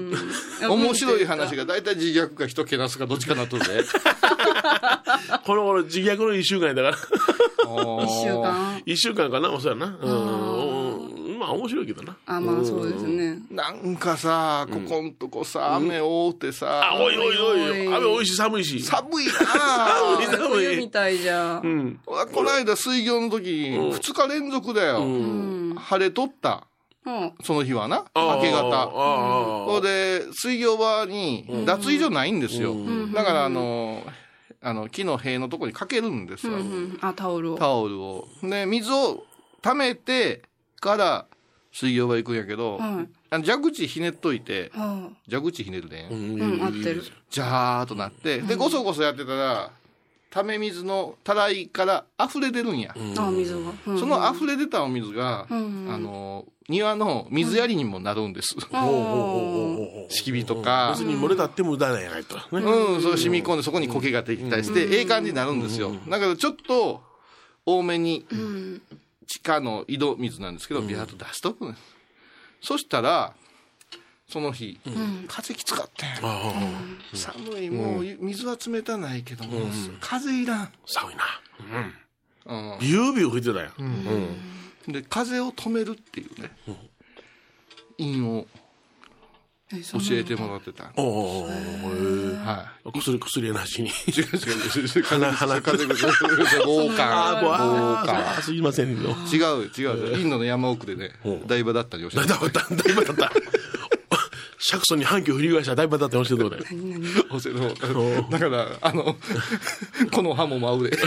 D: 面白い話がだいたい自虐か人けなすかどっちかなっとるぜ
C: この頃自虐のいっしゅうかんだから
B: いっしゅうかん
C: いっしゅうかんかな。そうやな。うんまあ面白いけどな。
B: あまあそうですね。
D: なんかさここんとこさ雨多ってさ、
C: あおいおいおい雨多いし寒いし
D: 寒いな
C: 寒い寒い
B: 冬みたいじゃん。
D: この間水行の時ふつか連続だよ、晴れとった。その日はな明け方それで水行場に脱衣所ないんですよ。だからあのあの木の塀のとこにかけるんですよ、
B: あタオルを
D: タオルをで水を溜めてから水行場行くんやけど、あの蛇口ひねっといて、蛇口ひねるね、
B: うん合ってる。
D: ジャーっとなってでゴソゴソやってたらため水のたらいから溢れ出るんや、
B: あ水が、
D: その溢れ出たお水が、あの庭の水やりにもなるんです、敷火とか
C: 別に漏れたって無駄なんやないと、
D: うんそれ染み込んでそこに苔ができたりして、ええ感じになるんですよ。だからちょっと多めに、地下の井戸水なんですけどビャーっと出しとくんです。そしたらその日、風きつかったんや、寒いもう水は冷たないけども、風いらん。
C: 寒いな。ビュービュー吹いてたやん。
D: で風を止めるっていうね印を教えてもらってた。
C: おおはい。薬薬なしに。違う違う違う。鼻鼻風が
D: 防寒
C: 防寒。すいませんよ。
D: 違う違う。インドの山奥でね台場だったり教えて。
C: 台場だった台場だった。シャクソンに反響振り返した台場だって教えてどうだよ。
D: 教えてだからあのこの歯も真上。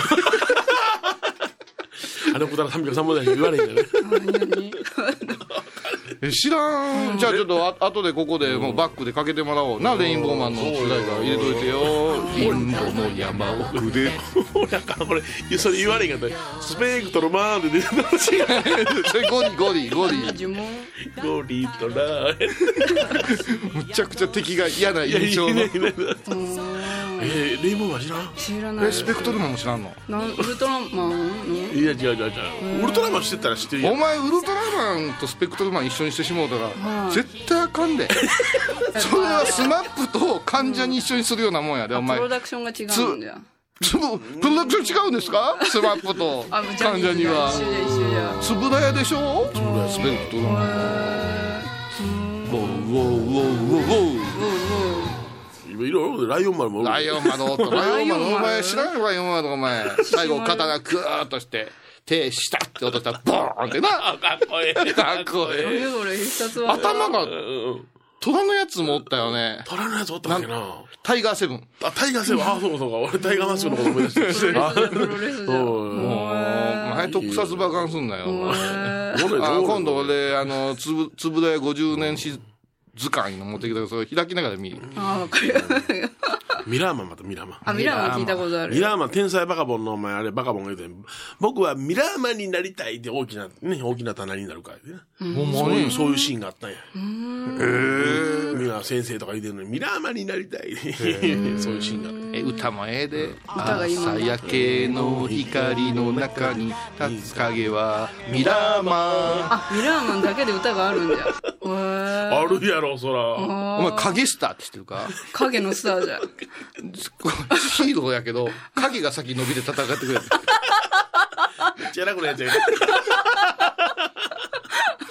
C: あの子からさんびゃくさんぼん台に言われへんじゃない
D: え知らん。じゃあちょっとあ後でここでもうバックでかけてもらおうな。レインボーマンの主題歌入れといてよ。インドの山奥で
C: だからこれそれ言われへんかったスペクトルマンって出てた。違う
D: それゴリゴリゴリ
C: ゴリとラ
D: ーむちゃくちゃ敵が嫌な印象の。
C: えー、レインボーマン知らん？
B: 知らない。
D: えスペクトルマンも知らんの？
B: なんウルトラマン？
C: いや違う違う違う。ウルトラマン知ってたら知ってるよ。
D: お前ウルトラマンとスペクトルマン一緒にしてしもうたら絶対あかんで。それはスマップと患者に一緒にするようなもんやで。お前
B: プロダクションが違うんじゃ。
D: プロダクション違うんですか？スマップと患者にはつぶらやでしょ。スペクトルマン。ウォーウォーウォーウォーウォー
C: いろいろライオン丸も
D: ライオン丸おったライオン丸お前知らんのライオン丸お前最後刀クーッとして手下って落としたらボーンってな。
C: かっこいい
D: かっこいい。頭が虎のやつもおったよね。
C: 虎のやつおったっけな。
D: タイガーセブン。
C: あタイガーセブン。あそうかそうか俺タイガーマスクのこと思い出してる。
B: プロレスじゃん。
D: もう前特撮バカンすんなよ。今度俺あのつぶつぶらやごじゅうねんし図鑑の持ってきたからそれ開きながら見る。
B: ああ分かる。
C: ミラーマンまたミラーマン。
B: あミラーマン聞いたことある。
C: ミラーマン天才バカボンのお前あれバカボンが言うて僕はミラーマンになりたいって大きなね大きな棚になるからね。そういうそういうシーンがあったんや。へえ。ミラー先生とか言うてるのにミラーマンになりたい。そういうシーンがあって。
D: え歌もええで。
B: 歌が今。
D: 朝焼けの光の中に立つ影はミラーマン。
B: あミラーマンだけで歌があるんじゃ。
C: あるやろそら。
D: お前影スターって知ってるか？
B: 影のスターじゃん。
D: ヒーローやけど影が先伸びて戦ってくれる。
C: めっちゃ楽なやつや。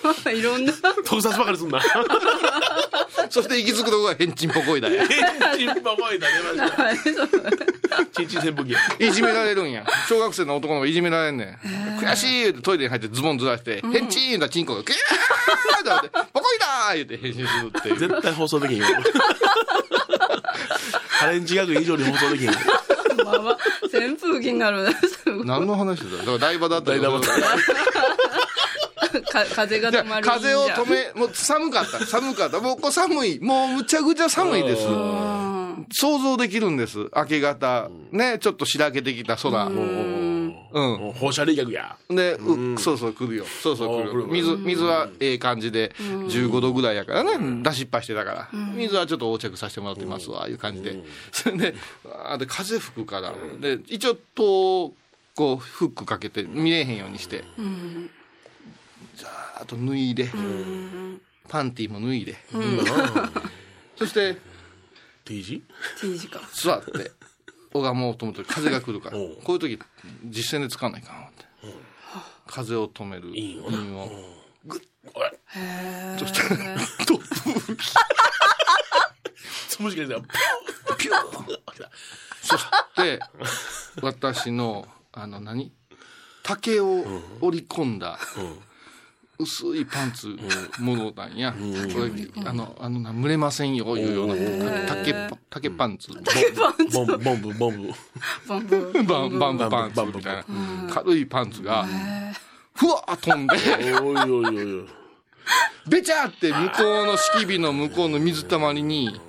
B: いろんな
C: 特撮ばかりすんな。
D: そして行き着くとこがヘンチンポコイだよ。
C: チンパボイだ出ましたチンチン扇風機。
D: いじめられるんや。小学生の男の子いじめられんねん。悔しいってトイレに入ってズボンずらして、ヘンチーンだチンコがキャーってポコイだー言って変身するっていう。
C: 絶対放送できんよ。カレンジギャグ以上に放送できんよ。
B: まあまあ扇風機になる。
D: 何の話だよ。だから台場だったら
C: 台場だ
B: か風が止まる。
D: 風を止め、もう寒かった。寒かった。もうこう寒い。もうむちゃくちゃ寒いです。想像できるんです。明け方。ね、ちょっとしらけてきた空。うん。
C: 放射冷却や。
D: で、うそうそう来るよ。そうそう来る。水、水はええ感じでじゅうごどぐらいやからね。出しっぱしてたから。水はちょっと横着させてもらってますわ、いう感じで。それで、あで、風吹くから。で、一応、と、こう、フックかけて見れへんようにして。ざーっと脱いで、パンティーも脱いで。そして、
C: T 字
B: T 字か。
D: 座って、拝もうと思って風が来るから、こういう時、実践で使わないかなって。風を止める韻を、グッ、
B: へ
D: そしたら、突風吹き。
C: つむじが出た。
D: ピューそして、私の、あの何竹を織り込んだ、薄いパンツものなんや。これ、あの、あの、蒸れませんよ、いうような、竹、竹パンツ。
C: ボンブ、ボンブ、ボンブ。
B: バンブ。
D: バン、バンブパンツみたいな。軽いパンツが、ふわー飛んで、
C: おいおいおいおい。
D: べちゃって向こうの敷火の向こうの水たまりに、イエ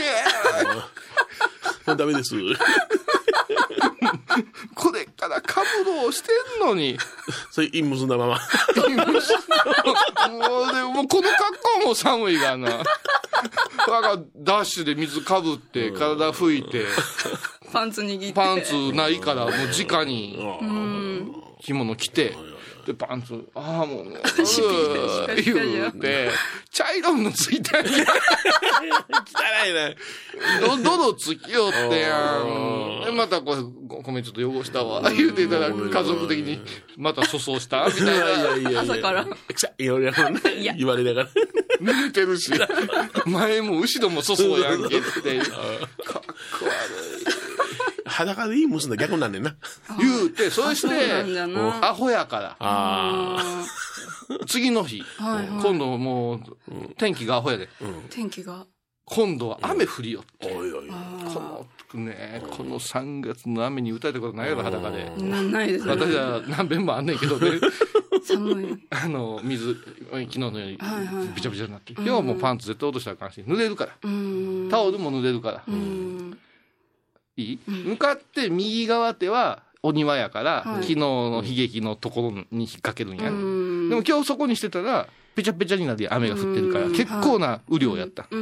C: ーダメです。
D: これからかぶろうしてんのに。
C: それ、陰結んだまま。
D: もうでもこの格好も寒いがな。だからダッシュで水かぶって体拭いて。
B: パンツ握って。
D: パンツないからもう直に着物着て。で、パンツ、ああもうね、言うて、茶色のついたんや。
C: 汚いね。
D: ど、どのつきよってやん。で、またこれ、ごめんちょっと汚したわ。言うてたら家族的に、また粗相したみたいな。いや
C: いやいや。
B: 朝から。
C: くさいろいろ言われながら。
D: 濡れてるし、前も後ろも粗相やんけって。かっこ悪い。
C: 裸でいい結んだ逆なんねんな。
D: 言うて、そしてアホやから。次の日、今度もう天気がアホやで。
B: 天気が
D: 今度は雨降りよって。
C: おいおい。
D: このね、このさんがつの雨に打たれたことないやろ、裸で。
B: ないですね。
D: 私は何遍もあんねんけどね。
B: 寒い。
D: あの、水、昨日のようにびちゃびちゃになって。今日はもうパンツ絶対落としたらあかんし、濡れるから。タオルも濡れるから。いい、うん、向かって右側手はお庭やから、はい、昨日の悲劇のところに引っ掛けるんや、うん、でも今日そこにしてたらペチャペチャになり雨が降ってるから、うん、結構な雨量やった、うん、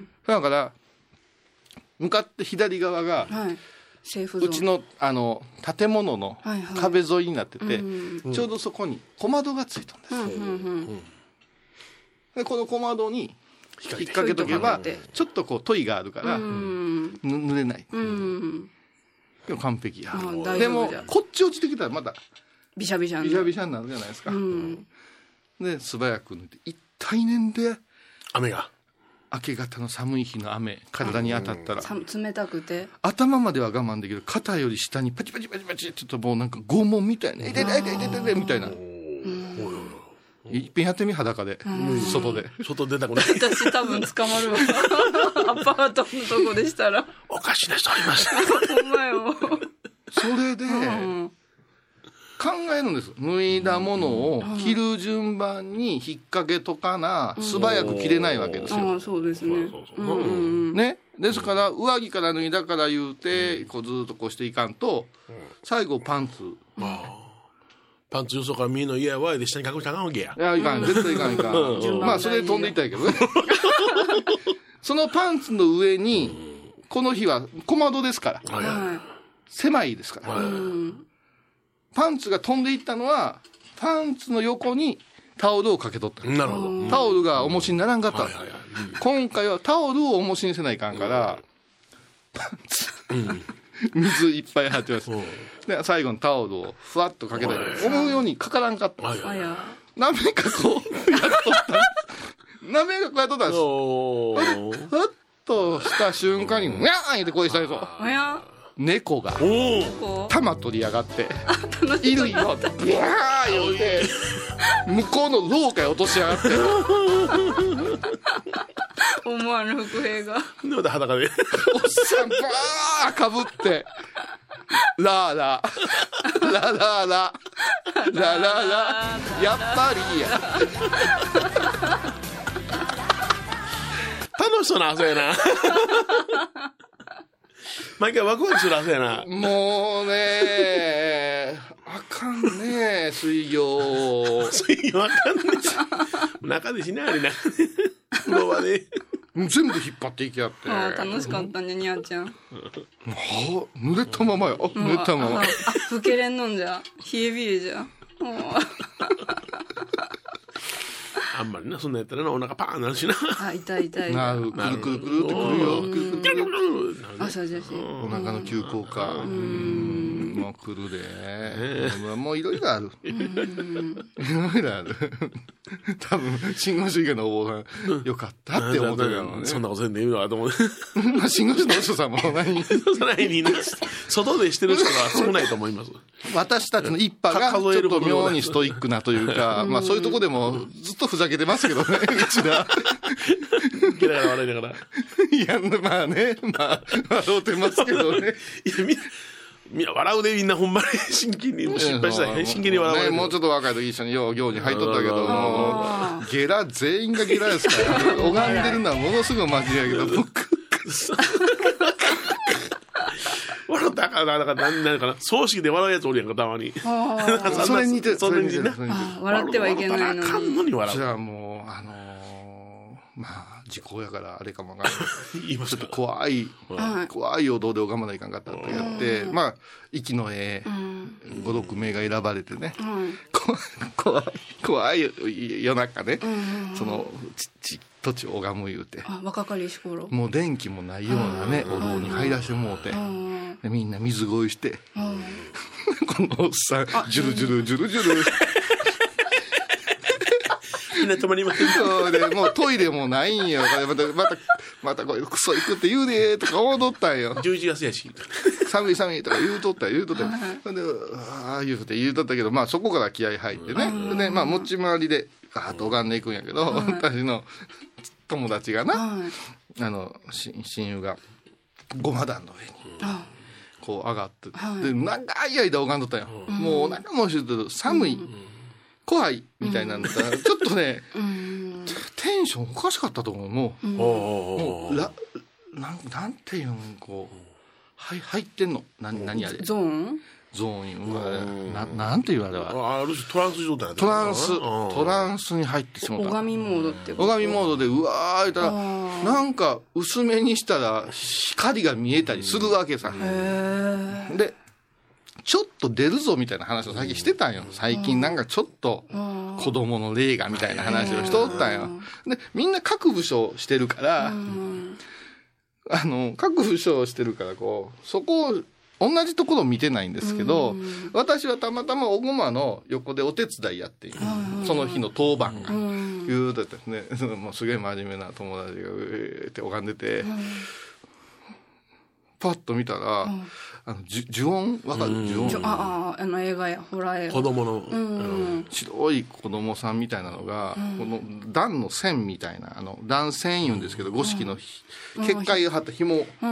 D: だから向かって左側が、はい、セーフゾーンうちの、あの建物の壁沿いになってて、はいはい、ちょうどそこに小窓がついたんです、うんうんうん、でこの小窓に引っ掛けとけばちょっとこう問いがあるから、うん、濡れない、うん、でも完璧や。でもこっち落ちてきたらまた
B: ビシャビシャ
D: ビシャビシャになるじゃないですか、うん、で素早く塗って一体念で
C: 雨が
D: 明け方の寒い日の雨体に当たったら、
B: うん、冷たくて
D: 頭までは我慢できる肩より下にパチパチパチパチちょっともうなんか拷問みたいな「痛い痛い痛い痛い痛い」みたいな。いっぺんやってみ裸で、外で
C: 外出たくない。
B: 私多分捕まるわ。アパートのとこでしたら
C: おかしな人あります。
B: ほんまよ。
D: それで、うん、考えるんです。脱いだものを着る順番に引っ掛けとかな、うん、素早く着れないわけですよ。
B: ああそうですね。
D: ね、ですから上着から脱いだから言うて、こうずっとこうしていかんと、最後パンツ。
C: パンツよそから見えの家やわいで下に隠したらあかんわけや。
D: いやいかん、絶対いかんいかん。まあそれで飛んでいったんやけどね。そのパンツの上にこの日は小窓ですから、はい、狭いですから、はい、パンツが飛んでいったのはパンツの横にタオルをかけとった。
C: なるほど。
D: タオルが重しにならんかった、はいはいはい、今回はタオルを重しにせないかんから、うん、パンツ、うん水いっぱい入ってます。で最後にタオルをふわっとかけたら思うようにかからんかった。 なめかこうやっとったなめかこうやっとったんです
C: おー
D: ふっとした瞬間にうにゃーんって声したんですよ。
B: おや
D: 猫が
C: おー
B: こ
D: 玉取り上がっているよってビャー言うて向こうの廊下へ落としやがって
B: う思わぬ伏兵が
C: でまた裸で
D: おっさんバーかぶってラーラーラララララララやっぱりや
C: 楽しそうな朝やな毎回ワクワクする朝やな。
D: もうねあかんね水行
C: 水曜あかんね中でしないあれな風呂場で
D: 全部引っ張っていきやって
B: あー楽しかったねにゃんちゃん。
D: は濡れたままよ濡れたまま
B: あ、ふけれんのんじゃ冷え冷えじゃもう
C: あんまりなそんなんやったらなお腹パーンなるしな
B: あ痛い痛い
D: なるくるくるくるってくるよくるくるくる
B: あそうです
D: お腹の急降下うんもう来るでもういろいろあるいろいろある多分信号主義のお坊さんよかったって思ってるやろうね
C: そんなことせんでいいのかと思う
D: まあ信号主義のお師匠さんも何
C: そないにね外でしてる人は少ないと思います
D: 私たちの一派がちょっと妙にストイックなというかまあそういうとこでもずっとふざけてますけどねうちら
C: ゲラゲラ笑いながら
D: いやまあねまあ笑うてますけどね
C: いやみんなみんな笑うでみんなほんまに真剣に失敗したら真剣に笑う、
D: ね、もうちょっと若い時一緒によう行に入っとったけどもうゲラ全員がゲラですから拝んでるのはものすごいマジやけど僕
C: 笑ったらあかんな、なんか、なんなんかな、葬式で笑うやつおるやんか、たまに。
D: それに似てる
C: それに似てる。
B: 笑ってはいけないのに。
C: 笑ったらあかんのに笑う。
D: じゃあもう、あのー、まあ、時効やからあれかもわかんない。
C: 言いますか。
D: 怖い、怖いお堂で拝まないかんかったとやって、まあ、息のええ、ご、ろくめいが選ばれてね、怖い、怖い夜中ね、その、ちっち、土地を拝む言うて。
B: あ、若かりし頃。
D: もう電気もないようなね、お堂に入らしてもうて、みんな水ごいして、このおっさん、ジュルジュル、ジュルジュル。
C: みんな止まりません。
D: そうで、もうトイレもないんよ。また、また、またこれクソ行くって言うでーとか思うとったんよ。
C: じゅういちがつやし。
D: 寒い寒いとか言うとった言うとったよ。で、ああ言うて言うとったけど、まあそこから気合入ってね。で、まあ持ち回りでガーッと拝んでいくんやけど、私の友達がな、あの、親友がごま団の上に。こう上がって、で長い間拝んどったよ。もうお腹もしてる寒い。怖いみたいなんだったら、ちょっとね、テンションおかしかったと思う。もう、もう、ら、なん、なんていうの、こう、はい、入ってんの。な、何あれ。
B: ゾーン
D: ゾーン、な、なんていうあれは。
C: ある種トランス状態
D: トランス、トランスに入ってしまった。
B: 拝みモードってこと。
D: 拝みモードで、うわー言ったら、なんか薄めにしたら光が見えたりするわけさ。で、ちょっと出るぞみたいな話を最近してたんよ。最近なんかちょっと子供の霊がみたいな話をしとったんよ。で、みんな各部署してるから、あの、各部署してるからこう、そこを同じところを見てないんですけど、私はたまたまおごまの横でお手伝いやっている。その日の当番が。言うとですね、もうすげえ真面目な友達がうーって拝んでて、パッと見たら、うん、あの呪音わかる呪音
B: あああの映画やホラー映画
C: 子供の、
B: うん、
D: 白い子供さんみたいなのが、うん、この段の線みたいなあの段線言うんですけど、うん、五色の、うん、結界が張った紐、うん、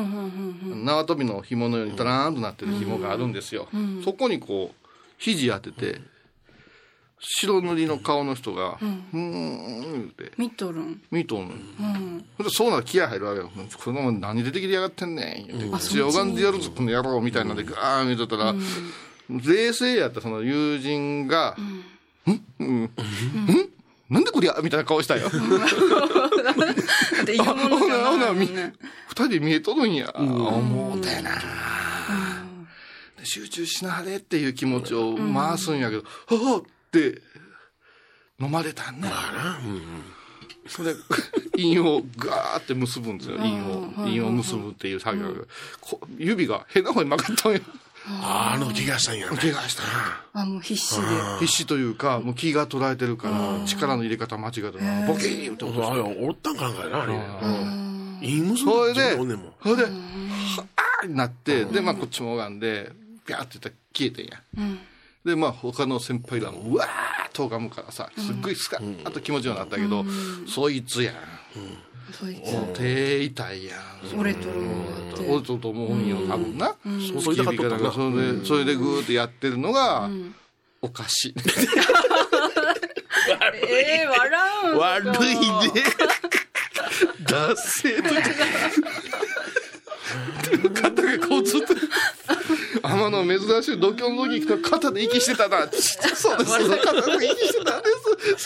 D: 縄跳びの紐のようにタラーンとなってる紐があるんですよ、うん、そこにこう肘当てて白塗りの顔の人が、うん、うーん言うて。
B: 見とるん
D: 見とんの。うん。そうなら気合入るわけよ。このまま何出てきてやがってんねん。言うて。うち拝んでやるぞ、この野郎みたいなんで、ガーン見とったら、うん、冷静やったその友人が、うん、んうん、うん、なんでこりゃみたいな顔したよ。だ
B: って生き物じゃないもんね。
D: 二人で見えとるんや。思うたやな。集中しなはれっていう気持ちを回すんやけど、はぁって飲まれたんね。それで印をガーって結ぶんですよ。印を印を結ぶっていう作業が、指が変な方に曲がったんよ。
C: ああの怪我したんやね。
D: 怪我したんや。
B: あ、もう必死で。
D: 必死というか、もう気が捉えてるから、力の入れ方間違えたら、ボキーンって落として。
C: あおったんかなんかやな、あれ。いい娘
D: それで、
C: おんねんもん
D: それで、はぁーになって、で、まあこっちも拝んで、ビャーって言ったら消えてんや。で、まあ他の先輩らも、うわーっと拝むからさ、すっごいスカーッと気持ちよくなったけど、そいつやん。
B: そいつ。
D: 手痛いやん。
B: 折れとる。
D: 折れとると思うんよ、多分な。
C: そう痛かったな。
D: それで、それでぐーってやってるのが、おかしい。
B: ええ、笑うん。
D: 悪いね。ダセーとか。肩がこうずっと。天野珍しい度胸の時来た肩で息してたな。そうです。肩で息してたんです。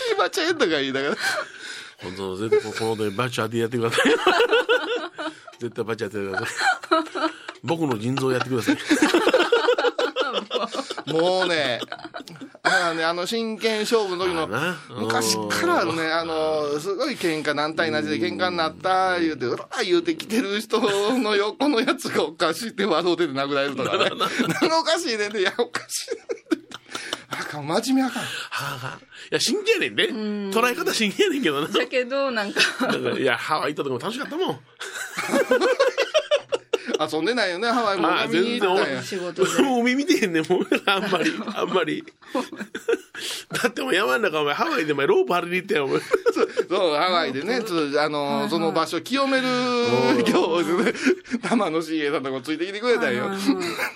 D: すいませんとか言いながら。
C: 本当絶対このでバチ当てやってください。絶対バチ当ててください。僕の腎臓やってください。
D: もうね、あのね、あの真剣勝負の時の昔からあるね、あのすごい喧嘩何対何で喧嘩になった言うてうら言うて来てる人の横のやつがおかしいって笑うてて殴られるとかね。何がおかしいねんて、いやおかしいねんて。あかん、真面目あかん。は
C: あ、いや真剣やねんね。捉え方真剣やねんけどな。
B: だけどなんか
C: いやハワイ行った時も楽しかったもん。
D: 遊んでないよね、ハワイも。
C: ああ、全然
B: 仕事で。
C: もう海見てへんねん、もう。あんまり、あんまり。だってもう山の中、お前、ハワイでお前、ロープ張りに行ったよ、お前。
D: そう、そうハワイでね、ちょっと、あのー、その場所、清める行事で、玉野 シーエー さんとこついてきてくれたんよ。が、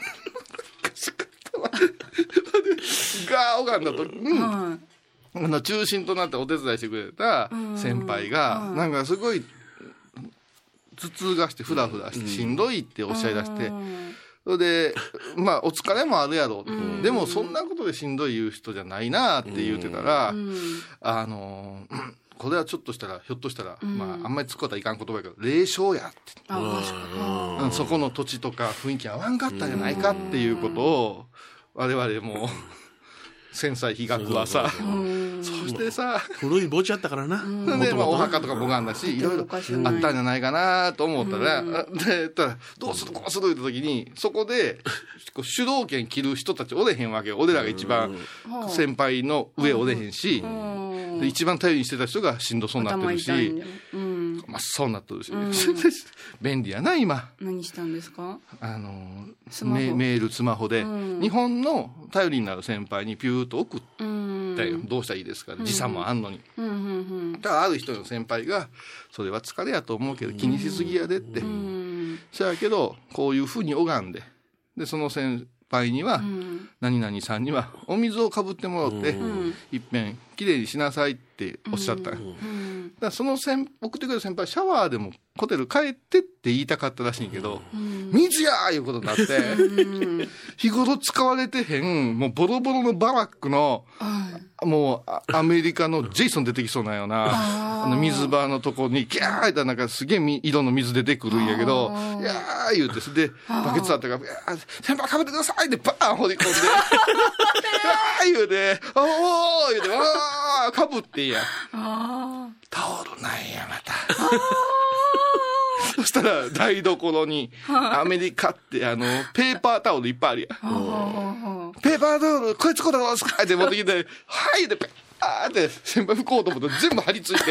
D: 拝んだと、うん。あの、中心となってお手伝いしてくれた先輩が、なんかすごい、頭痛がしてフラフラしてしんどいっておっしゃい出して、それでまあお疲れもあるやろう、でもそんなことでしんどい言う人じゃないなって言うてたら、あのこれはちょっとしたらひょっとしたら、まああんまり使ったらいかん言葉やけど霊障やって、うん、そこの土地とか雰囲気合わんかったんじゃないかっていうことを我々も繊細被学はさ、そしてさ、
C: 古い墓地あったからな。
D: で、まあ、お墓とかもがんだし、いろいろあったんじゃないかなと思ったら、で、言ったら、どうするこうするって時に、そこで、主導権切る人たちおれへんわけよ。俺らが一番先輩の上おれへんし、で一番頼りにしてた人がしんどそうになってるし、まあ、そうなってるし、便利やな、今。
B: 何したんですか？
D: あの、メール、スマホで、日本の頼りになる先輩にピューッと送ったよ。どうしたらいいですか？時差もあんのに。だからある人の先輩が、それは疲れやと思うけど気にしすぎやでって。そやけど、こういうふうに拝んで、で、その先輩には、何々さんにはお水をかぶってもらって、いっぺんきれいにしなさいっておっしゃった。だからその先送ってくれる先輩、シャワーでもホテル帰ってって言いたかったらしいけど、水やーいうことになって、日頃使われてへん、もうボロボロのバラックの、もうアメリカのジェイソン出てきそうなような、あの水場のとこにギャーいったらなんかすげえ色の水出てくるんやけど、いやー言うて、で、バケツあったから、先輩かぶってくださいってバーン放り込んで、あー言うて、おー言うて、わーかぶってんや。タオルなんや、また。そしたら台所にアメリカってあのペーパータオルいっぱいあるやん。ペーパータオルこれ使うたらどうですかって持ってきて、はいでペーって先輩拭こうと思って全部貼り付いて。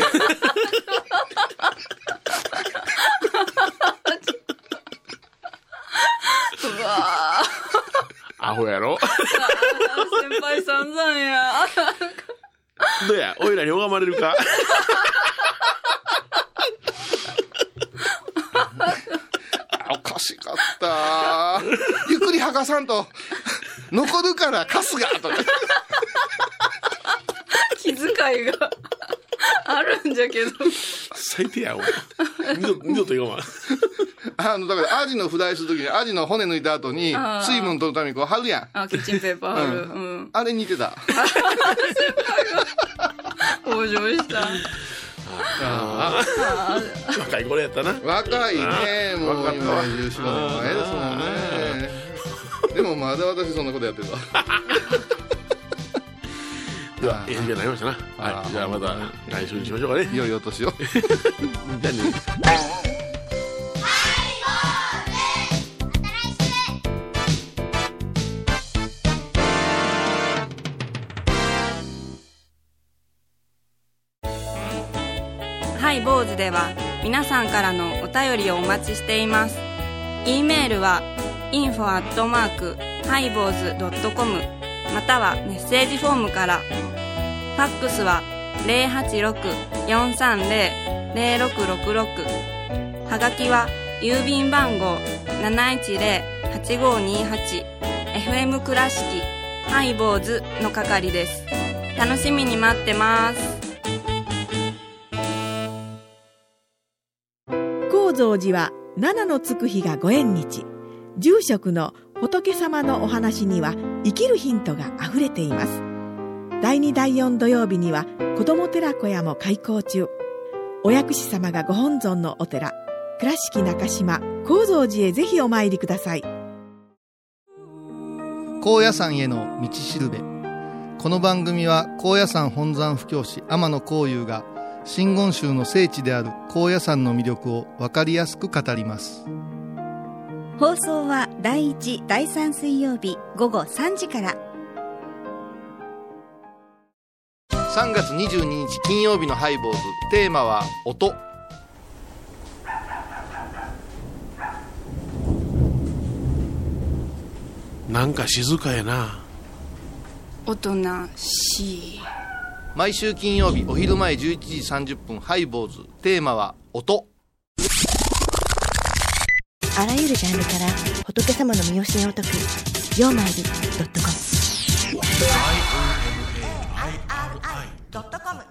B: うわ
C: アホやろ。
B: 先輩さんざんや。
C: どうや、おいらに拝まれるか。
D: おかしかった。ゆっくり剥がさんと残るからカスがとか。
B: 気遣いがあるんじゃけど。
C: 最低や、お前。二度二度と言わんわ。
D: あのだからアジのフライするときにアジの骨抜いた後に水分取るためにこう貼るやん。
B: あ、キッチンペーパー貼る。うん。うん、
D: あれ似てた。
B: 登場した。
C: ああ若い頃やったな。
D: 若いね、もう今じゅうよん、ごねんまえですもんね。でもまだ私そんなことやってるわ。
C: ではええんじゃなりましたな。はい、じゃあまた来週にしましょうかね。
D: いよいよ年を。
C: じゃあね。
B: ハイボーズでは皆さんからのお便りをお待ちしています。 E メールは インフォ アットマーク ハイボーズ ドットコム またはメッセージフォームから。ファックスは ゼロはちろく よんさんゼロ ゼロろくろくろく、はがきは郵便番号 なないちゼロ はちごにはち エフエム 倉敷ハイボーズの係です。楽しみに待ってます。
I: 高蔵寺は七のつく日がご縁日。住職の仏様のお話には生きるヒントがあふれています。だいにだいよん土曜日には子ども寺小屋も開校中。お薬師様がご本尊のお寺、倉敷中島・高蔵寺へぜひお参りください。
D: 高野山への道しるべ。この番組は高野山本山布教師天野幸雄が真言宗の聖地である高野山の魅力を分かりやすく語ります。
J: 放送はだいいち、だいさん水曜日午後さんじから。
D: さんがつにじゅうににち金曜日のハイボーズ、テーマは音。
C: なんか静かやな。
B: おとなしい。
D: 毎週金曜日お昼前じゅういちじさんじゅっぷん、ハイボーズ、テーマは音。
J: あらゆるジャンルから仏様の身教えを説くようまいり .com ドットコム